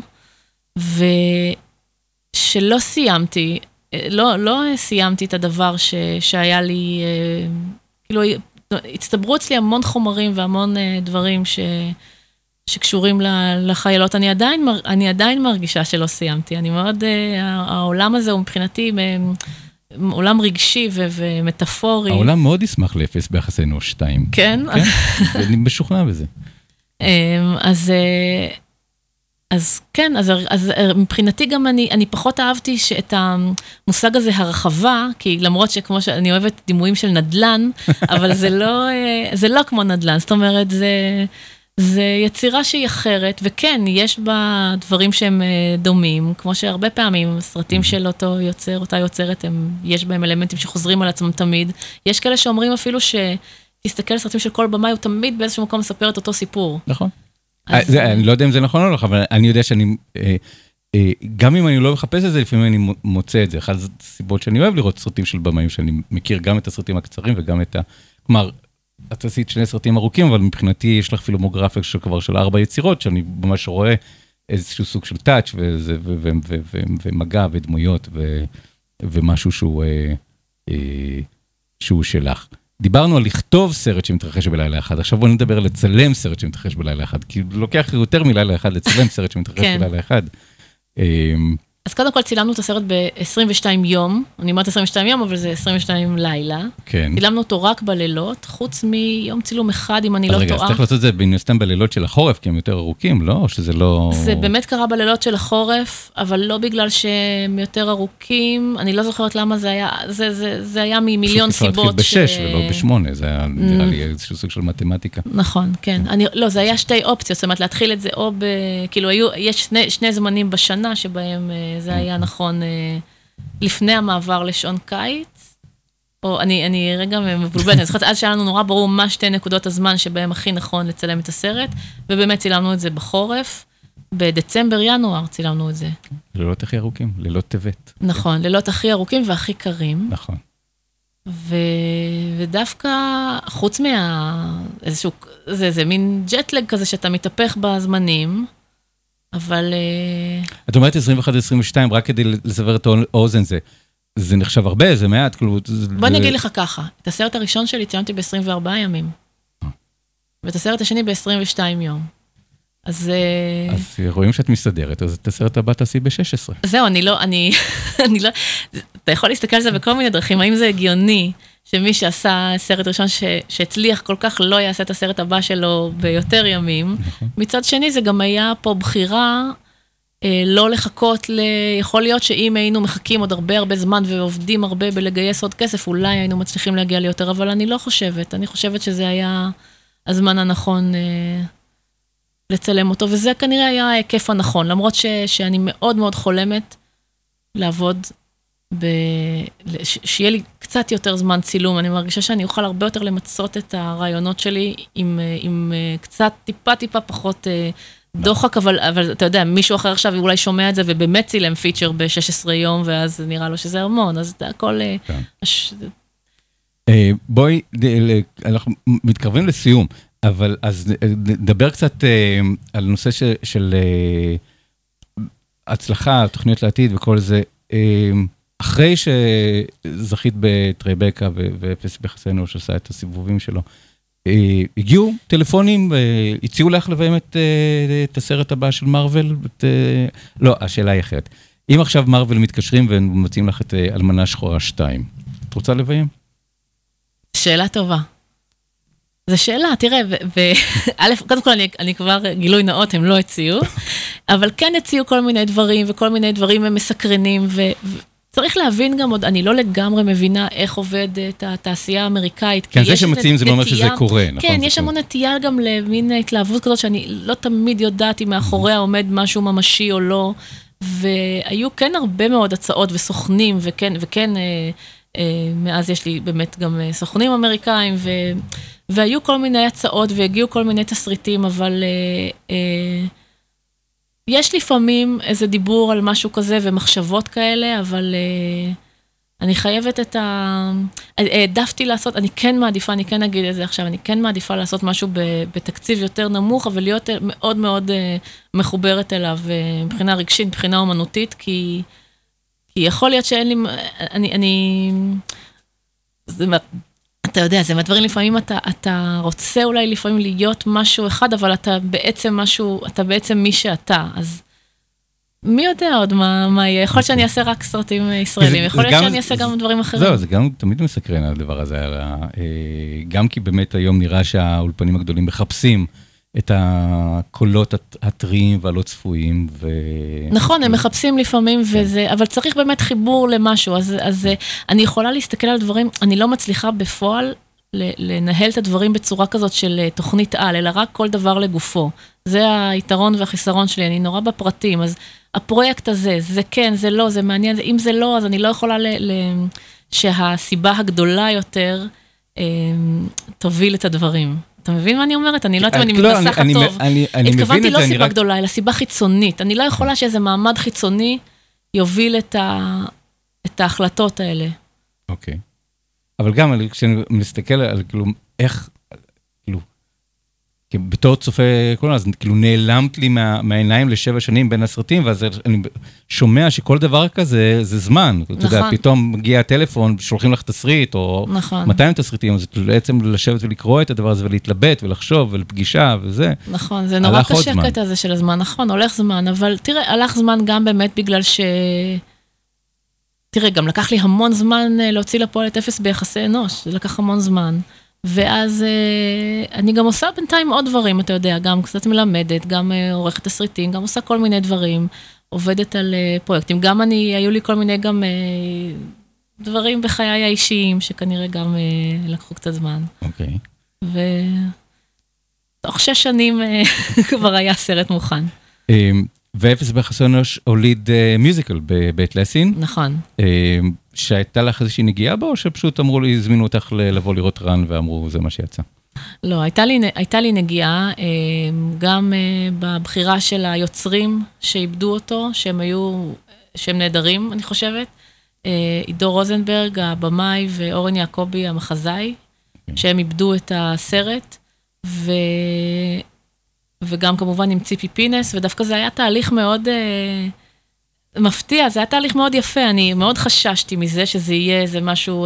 ושלא סיימתי, לא, לא סיימתי את הדבר ש, שהיה לי, כאילו, הצטברו אצלי המון חומרים והמון דברים ש, שקשורים לחיילות. אני עדיין, אני עדיין מרגישה שלא סיימתי. אני מאוד, העולם הזה הוא מבחינתי עולם רגשי ו, ומטאפורי. העולם מאוד ישמח לאפס ביחסי אנוש שתיים. כן? כן, אני משוכנע בזה. אז... אז כן, אז, אז מבחינתי גם אני, אני פחות אהבתי את המושג הזה הרחבה, כי למרות שכמו שאני אוהבת דימויים של נדלן, אבל זה לא, זה לא כמו נדלן, זאת אומרת, זה, זה יצירה שהיא אחרת, וכן, יש בה דברים שהם דומים, כמו שהרבה פעמים סרטים של אותו יוצר, אותה יוצרת, הם, יש בהם אלמנטים שחוזרים על עצמם תמיד. יש כאלה שאומרים אפילו שתסתכל על סרטים של כל במאי, הוא תמיד באיזשהו מקום מספר את אותו סיפור. נכון. אני לא יודע אם זה נכון או לא, אבל אני יודע שאני, גם אם אני לא מחפש את זה, לפעמים אני מוצא את זה. אחת הסיבות שאני אוהב לראות סרטים של במאים, שאני מכיר גם את הסרטים הקצרים וגם את ה... כלומר, את עשית שני סרטים ארוכים, אבל מבחינתי יש לך פילמוגרפיה של כבר של ארבע יצירות, שאני ממש רואה איזשהו סוג של טאץ' ומגע ודמויות ומשהו שהוא שלך. דיברנו על לכתוב סרט שמתרחש בלילה אחד, עכשיו בואו נדבר על לצלם סרט שמתרחש בלילה אחד, כי לוקח יותר מלילה אחד לצלם סרט שמתרחש בלילה אחד. אז קודם כל צילמנו את הסרט ב-עשרים ושתיים יום, אני אומרת עשרים ושתיים יום, אבל זה עשרים ושתיים לילה. כן. צילמנו אותו רק בלילות, חוץ מיום צילום אחד, אם אני לא טועה. רגע, אז צריך לעשות את זה בנסתם בלילות של החורף, כי הם יותר ארוכים, לא? או שזה לא... זה באמת קרה בלילות של החורף, אבל לא בגלל שהם יותר ארוכים, אני לא זוכרת למה זה היה, זה, זה, זה היה ממיליון סיבות. פשוט להתחיל בשש ולא בשמונה, זה היה נראה לי איזשהו סוג של מתמטיקה. נכון, כן. אני, לא, זה היה שתי אופציות, זאת אומרת, להתחיל את זה או ב... כאילו, היו, יש שני, שני זמנים בשנה שבהם זה היה נכון לפני המעבר לשעון קיץ, או אני, אני רגע מבולבלת, אני זוכרת, אז שהיה לנו נורא ברור מה שתי נקודות הזמן שבהם הכי נכון לצלם את הסרט, ובאמת צילמנו את זה בחורף, בדצמבר, ינואר צילמנו את זה. לילות הכי ארוכים, לילות טבת. נכון, לילות הכי ארוכים והכי קרים. נכון. ו... ודווקא חוץ מה... איזשהו... זה, זה מין ג'טלג כזה שאתה מתהפך בזמנים, אבל... את אומרת עשרים ואחת עד עשרים ושתיים, רק כדי לסבר את האוזן זה, זה נחשב הרבה, זה מעט, כאילו... בוא אני אגיד לך ככה, את הסרט הראשון שלי ציימתי ב-עשרים וארבעה ימים, ואת הסרט השני ב-עשרים ושתיים יום. אז... אז רואים שאת מסתדרת, אז את הסרט הבא תעשי ב-שש עשרה. זהו, אני לא, אני, אני לא... אתה יכול להסתכל על זה בכל מיני דרכים, האם זה הגיוני שמי שעשה סרט ראשון ש, שהצליח כל כך לא יעשה את הסרט הבא שלו ביותר ימים. נכון. מצד שני, זה גם היה פה בחירה אה, לא לחכות ל... יכול להיות שאם היינו מחכים עוד הרבה הרבה זמן ועובדים הרבה בלגייס עוד כסף, אולי היינו מצליחים להגיע ליותר, אבל אני לא חושבת. אני חושבת שזה היה הזמן הנכון אה, לצלם אותו, וזה כנראה היה ההיקף הנכון, למרות ש, שאני מאוד מאוד חולמת לעבוד ב... ש... שיהיה לי קצת יותר זמן צילום, אני מרגישה שאני אוכל הרבה יותר למצות את הרעיונות שלי עם, עם קצת טיפה טיפה פחות דוחק, אבל, אבל אתה יודע, מישהו אחר עכשיו אולי שומע את זה ובאמת צילם פיצ'ר ב-שש עשרה יום, ואז נראה לו שזה הרמון, אז זה הכל... כן. הש... בואי, אנחנו מתקרבים לסיום, אבל אז נדבר קצת על נושא של, של הצלחה, תוכניות לעתיד וכל זה, אחרי שזכית בטרייבקה ואפס ביחסי אנוש שעשה את הסיבובים שלו, הגיעו טלפונים, הציעו לך לביים את הסרט הבא של מרוול? לא, השאלה היא אחרת. אם עכשיו מרוול מתקשרים ומוצאים לך את אלמנה שחורה שתיים, את רוצה לביים? שאלה טובה. זו שאלה, תראה, וא', קודם כל אני, אני כבר גילוי נאות, הם לא הציעו, אבל כן הציעו כל מיני דברים, וכל מיני דברים הם מסקרנים, ו... צריך להבין גם עוד, אני לא לגמרי מבינה איך עובד את התעשייה האמריקאית. כן, זה שמציעים זה לא אומר שזה קורה, נכון? כן, יש המון נטייה גם למין התלהבות כזאת, שאני לא תמיד יודעת אם מאחוריה עומד משהו ממשי או לא, והיו כן הרבה מאוד הצעות וסוכנים, וכן, וכן, מאז יש לי באמת גם סוכנים אמריקאים, והיו כל מיני הצעות, והגיעו כל מיני תסריטים, אבל... יש לפעמים איזה דיבור על משהו כזה ומחשבות כאלה, אבל uh, אני חייבת את ה... העדפתי לעשות, אני כן מעדיפה, אני כן אגיד את זה עכשיו, אני כן מעדיפה לעשות משהו ב, בתקציב יותר נמוך, אבל להיות מאוד מאוד uh, מחוברת אליו, uh, מבחינה רגשית, מבחינה אומנותית, כי, כי יכול להיות שאין לי... אני... אני זה, אתה יודע, זה מהדברים לפעמים אתה, אתה רוצה אולי לפעמים להיות משהו אחד, אבל אתה בעצם משהו, אתה בעצם מי שאתה, אז מי יודע עוד מה, מה יהיה? יכול להיות שאני אעשה רק סרטים ישראלים, יכול להיות שאני אעשה גם דברים אחרים. זהו, זה גם תמיד מסקרן על הדבר הזה, גם כי באמת היום נראה שהאולפנים הגדולים מחפשים את הקולות הטריים והלא צפויים. ו... נכון, הם מחפשים לפעמים, וזה, אבל צריך באמת חיבור למשהו, אז, אז אני יכולה להסתכל על דברים, אני לא מצליחה בפועל לנהל את הדברים בצורה כזאת של תוכנית על, אלא רק כל דבר לגופו. זה היתרון והחיסרון שלי, אני נורא בפרטים, אז הפרויקט הזה, זה כן, זה לא, זה מעניין, אם זה לא, אז אני לא יכולה ל... ל... שהסיבה הגדולה יותר אה, תוביל את הדברים. אתה מבין מה אני אומרת? אני לא יודעת אם אני מתנסחת טוב. התכוונתי לא סיבה גדולה, אלא סיבה חיצונית. אני לא יכולה שאיזה מעמד חיצוני יוביל את ההחלטות האלה. אוקיי. אבל גם כשאני מסתכל על כאילו איך, כאילו, בתור צופה קולנוע, אז כאילו נעלמת לי מהעיניים לשבע שנים בין הסרטים, ואז אני שומע שכל דבר כזה זה זמן. אתה יודע, פתאום מגיע הטלפון, שולחים לך תסריט, או מאתיים תסריטים, אז בעצם לשבת ולקרוא את הדבר הזה, ולהתלבט ולחשוב, ולפגישה וזה. נכון, זה נורא קשה קטע הזה של הזמן, נכון, הולך זמן, אבל תראה, הלך זמן גם באמת בגלל ש... תראה, גם לקח לי המון זמן להוציא לפועל את אפס ביחסי אנוש, זה לקח המון זמן. ואז אה, אני גם עושה בינתיים עוד דברים, אתה יודע, גם קצת מלמדת, גם אה, עורכת תסריטים, גם עושה כל מיני דברים, עובדת על אה, פרויקטים. גם אני, היו לי כל מיני גם אה, דברים בחיי האישיים, שכנראה גם אה, לקחו קצת זמן. אוקיי. ותוך שש שנים אה, כבר היה סרט מוכן. ואפס ביחסי אנוש הוליד מיוזיקל בבית לסין. נכון. שהייתה לך איזושהי נגיעה בו, או שפשוט אמרו לי, הזמינו אותך לבוא לראות רן, ואמרו, זה מה שיצא? לא, הייתה לי, הייתה לי נגיעה, גם בבחירה של היוצרים שאיבדו אותו, שהם היו, שהם נהדרים, אני חושבת. עידו רוזנברג, הבמאי, ואורן יעקובי, המחזאי, שהם איבדו את הסרט, ו... וגם כמובן עם ציפי פינס, ודווקא זה היה תהליך מאוד... מפתיע, זה היה תהליך מאוד יפה, אני מאוד חששתי מזה שזה יהיה איזה משהו,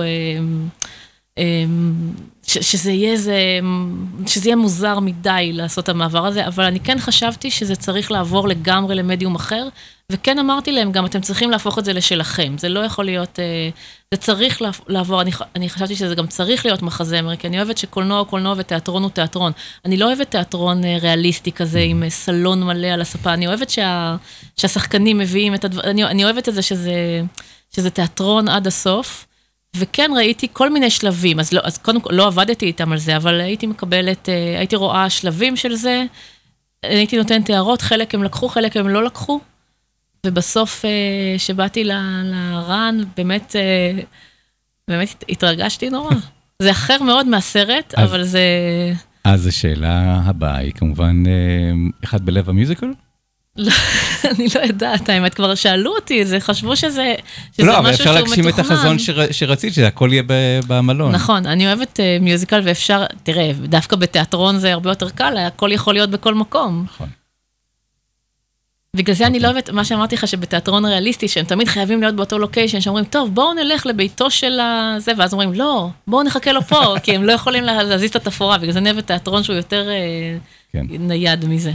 שזה יהיה איזה, שזה יהיה מוזר מדי לעשות את המעבר הזה, אבל אני כן חשבתי שזה צריך לעבור לגמרי למדיום אחר, וכן אמרתי להם גם, אתם צריכים להפוך את זה לשלכם, זה לא יכול להיות, זה צריך לעבור, אני, אני חשבתי שזה גם צריך להיות מחזמר, כי אני אוהבת שקולנוע הוא קולנוע ותיאטרון הוא תיאטרון, אני לא אוהבת תיאטרון ריאליסטי כזה, עם סלון מלא על הספה, אני אוהבת שה, שהשחקנים מביאים את הדבר, אני, אני אוהבת את זה שזה, שזה תיאטרון עד הסוף, וכן ראיתי כל מיני שלבים, אז, לא, אז קודם כל לא עבדתי איתם על זה, אבל הייתי מקבלת, הייתי רואה שלבים של זה, הייתי נותנת הערות, חלק הם לקחו, חלק הם לא לקחו, ובסוף שבאתי לרן, באמת, באמת התרגשתי נורא. זה אחר מאוד מהסרט, אבל זה... אז השאלה הבאה היא כמובן, אחד בלב המיוזיקל? אני לא יודעת, האמת, כבר שאלו אותי, זה חשבו שזה משהו שהוא מתוכנן. לא, אבל אפשר להגשים את החזון שרצית, שזה הכל יהיה במלון. נכון, אני אוהבת מיוזיקל ואפשר, תראה, דווקא בתיאטרון זה הרבה יותר קל, הכל יכול להיות בכל מקום. נכון. בגלל זה אני לא אוהבת, מה שאמרתי לך, שבתיאטרון ריאליסטי, שהם תמיד חייבים להיות באותו לוקיישן, שאומרים, טוב, בואו נלך לביתו של הזה, ואז אומרים, לא, בואו נחכה לו פה, כי הם לא יכולים להזיז את התפאורה, בגלל זה אני אוהבת תיאטרון שהוא יותר נייד מזה.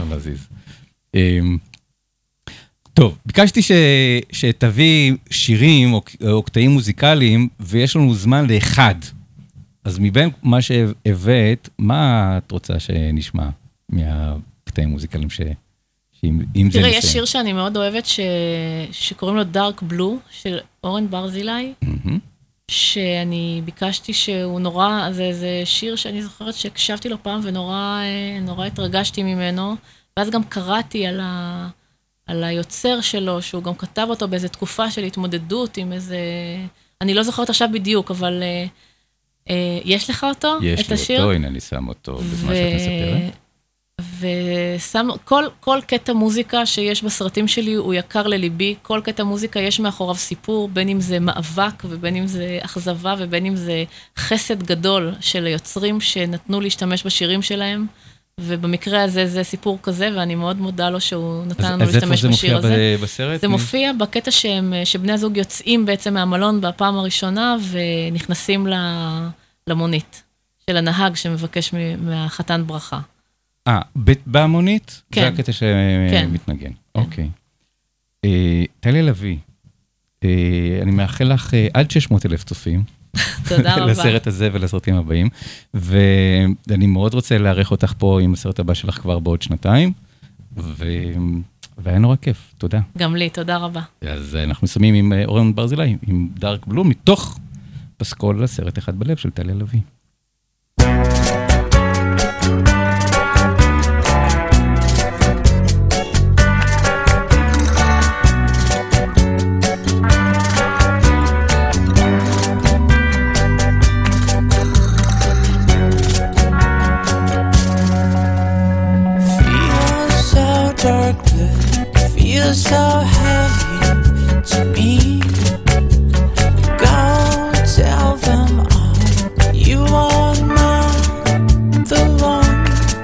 טוב, ביקשתי שתביא שירים או קטעים מוזיקליים, ויש לנו זמן לאחד. אז מבין מה שהבאת, מה את רוצה שנשמע מהקטעים מוזיקליים ש... תראה, יש שיר שאני מאוד אוהבת, שקוראים לו דארק בלו, של אורן ברזילי, שאני ביקשתי שהוא נורא, זה שיר שאני זוכרת שהקשבתי לו פעם, ונורא התרגשתי ממנו, ואז גם קראתי על ה... על היוצר שלו, שהוא גם כתב אותו באיזו תקופה של התמודדות עם איזה... אני לא זוכרת עכשיו בדיוק, אבל אה, אה, יש לך אותו? יש לי השיר? אותו, הנה אני שם אותו בזמן שאת מספרת. ושם, כל, כל קטע מוזיקה שיש בסרטים שלי הוא יקר לליבי, כל קטע מוזיקה יש מאחוריו סיפור, בין אם זה מאבק ובין אם זה אכזבה ובין אם זה חסד גדול של היוצרים שנתנו להשתמש בשירים שלהם. ובמקרה הזה זה סיפור כזה, ואני מאוד מודה לו שהוא נתן לנו להשתמש בשיר הזה. אז איפה זה מופיע בסרט? זה מופיע בקטע שהם, שבני הזוג יוצאים בעצם מהמלון בפעם הראשונה, ונכנסים למונית של הנהג שמבקש מהחתן ברכה. אה, במונית? כן. זה הקטע שמתנגן. אוקיי. טלי לוי, אני מאחל לך עד שש מאות אלף צופים. תודה רבה. לסרט הזה ולסרטים הבאים, ואני מאוד רוצה לארח אותך פה עם הסרט הבא שלך כבר בעוד שנתיים, והיה נורא כיף, תודה. גם לי, תודה רבה. אז אנחנו מסיימים עם אורן ברזילי, עם דארק בלו, מתוך פסקול לסרט אחד בלב של טלי לוי. So heavy to me. Go tell them all you are not the one.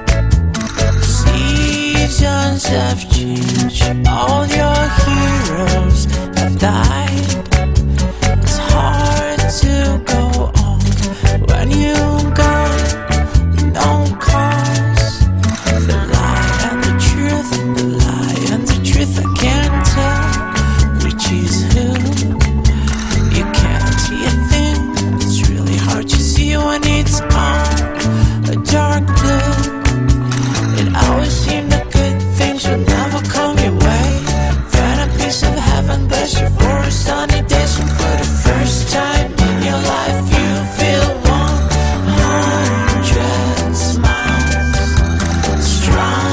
Seasons have changed, all your heroes have died. It's hard to go on when you got no cause. The lie and the truth, the lie and the truth I can't tell which is who. You can't see a thing, it's really hard to see when it's on a dark blue. It always seemed that good things would never come your way. Then a piece of heaven bless you for a sunny day. So for the first time in your life you feel one hundred smiles strong.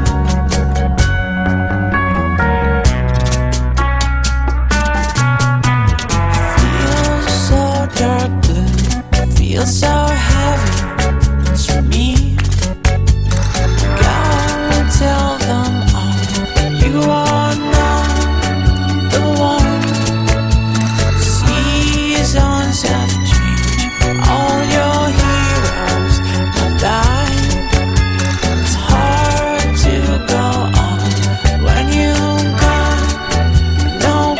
Dark blue feels so heavy to me. Go and tell them all you are not the one. Seasons have changed, all your heroes have died. It's hard to go on when you got no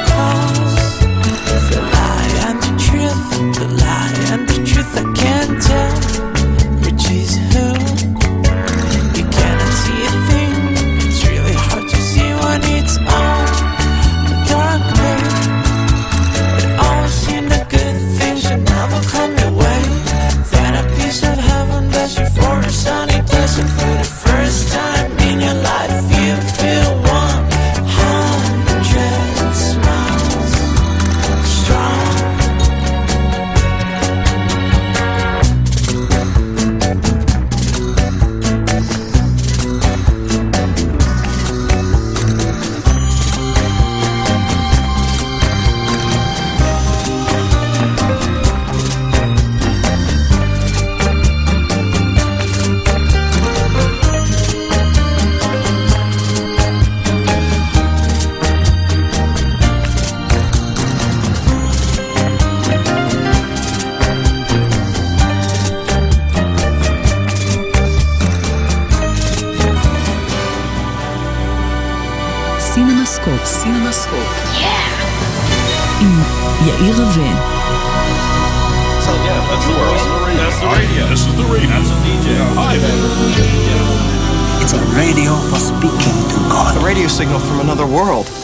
סינמסקופ. סינמסקופ. עם יאיר רווה. So yeah, that's the world. That's the radio. This is the radio. That's a D J. Hi, man. It's a radio for speaking to God. A radio signal from another world.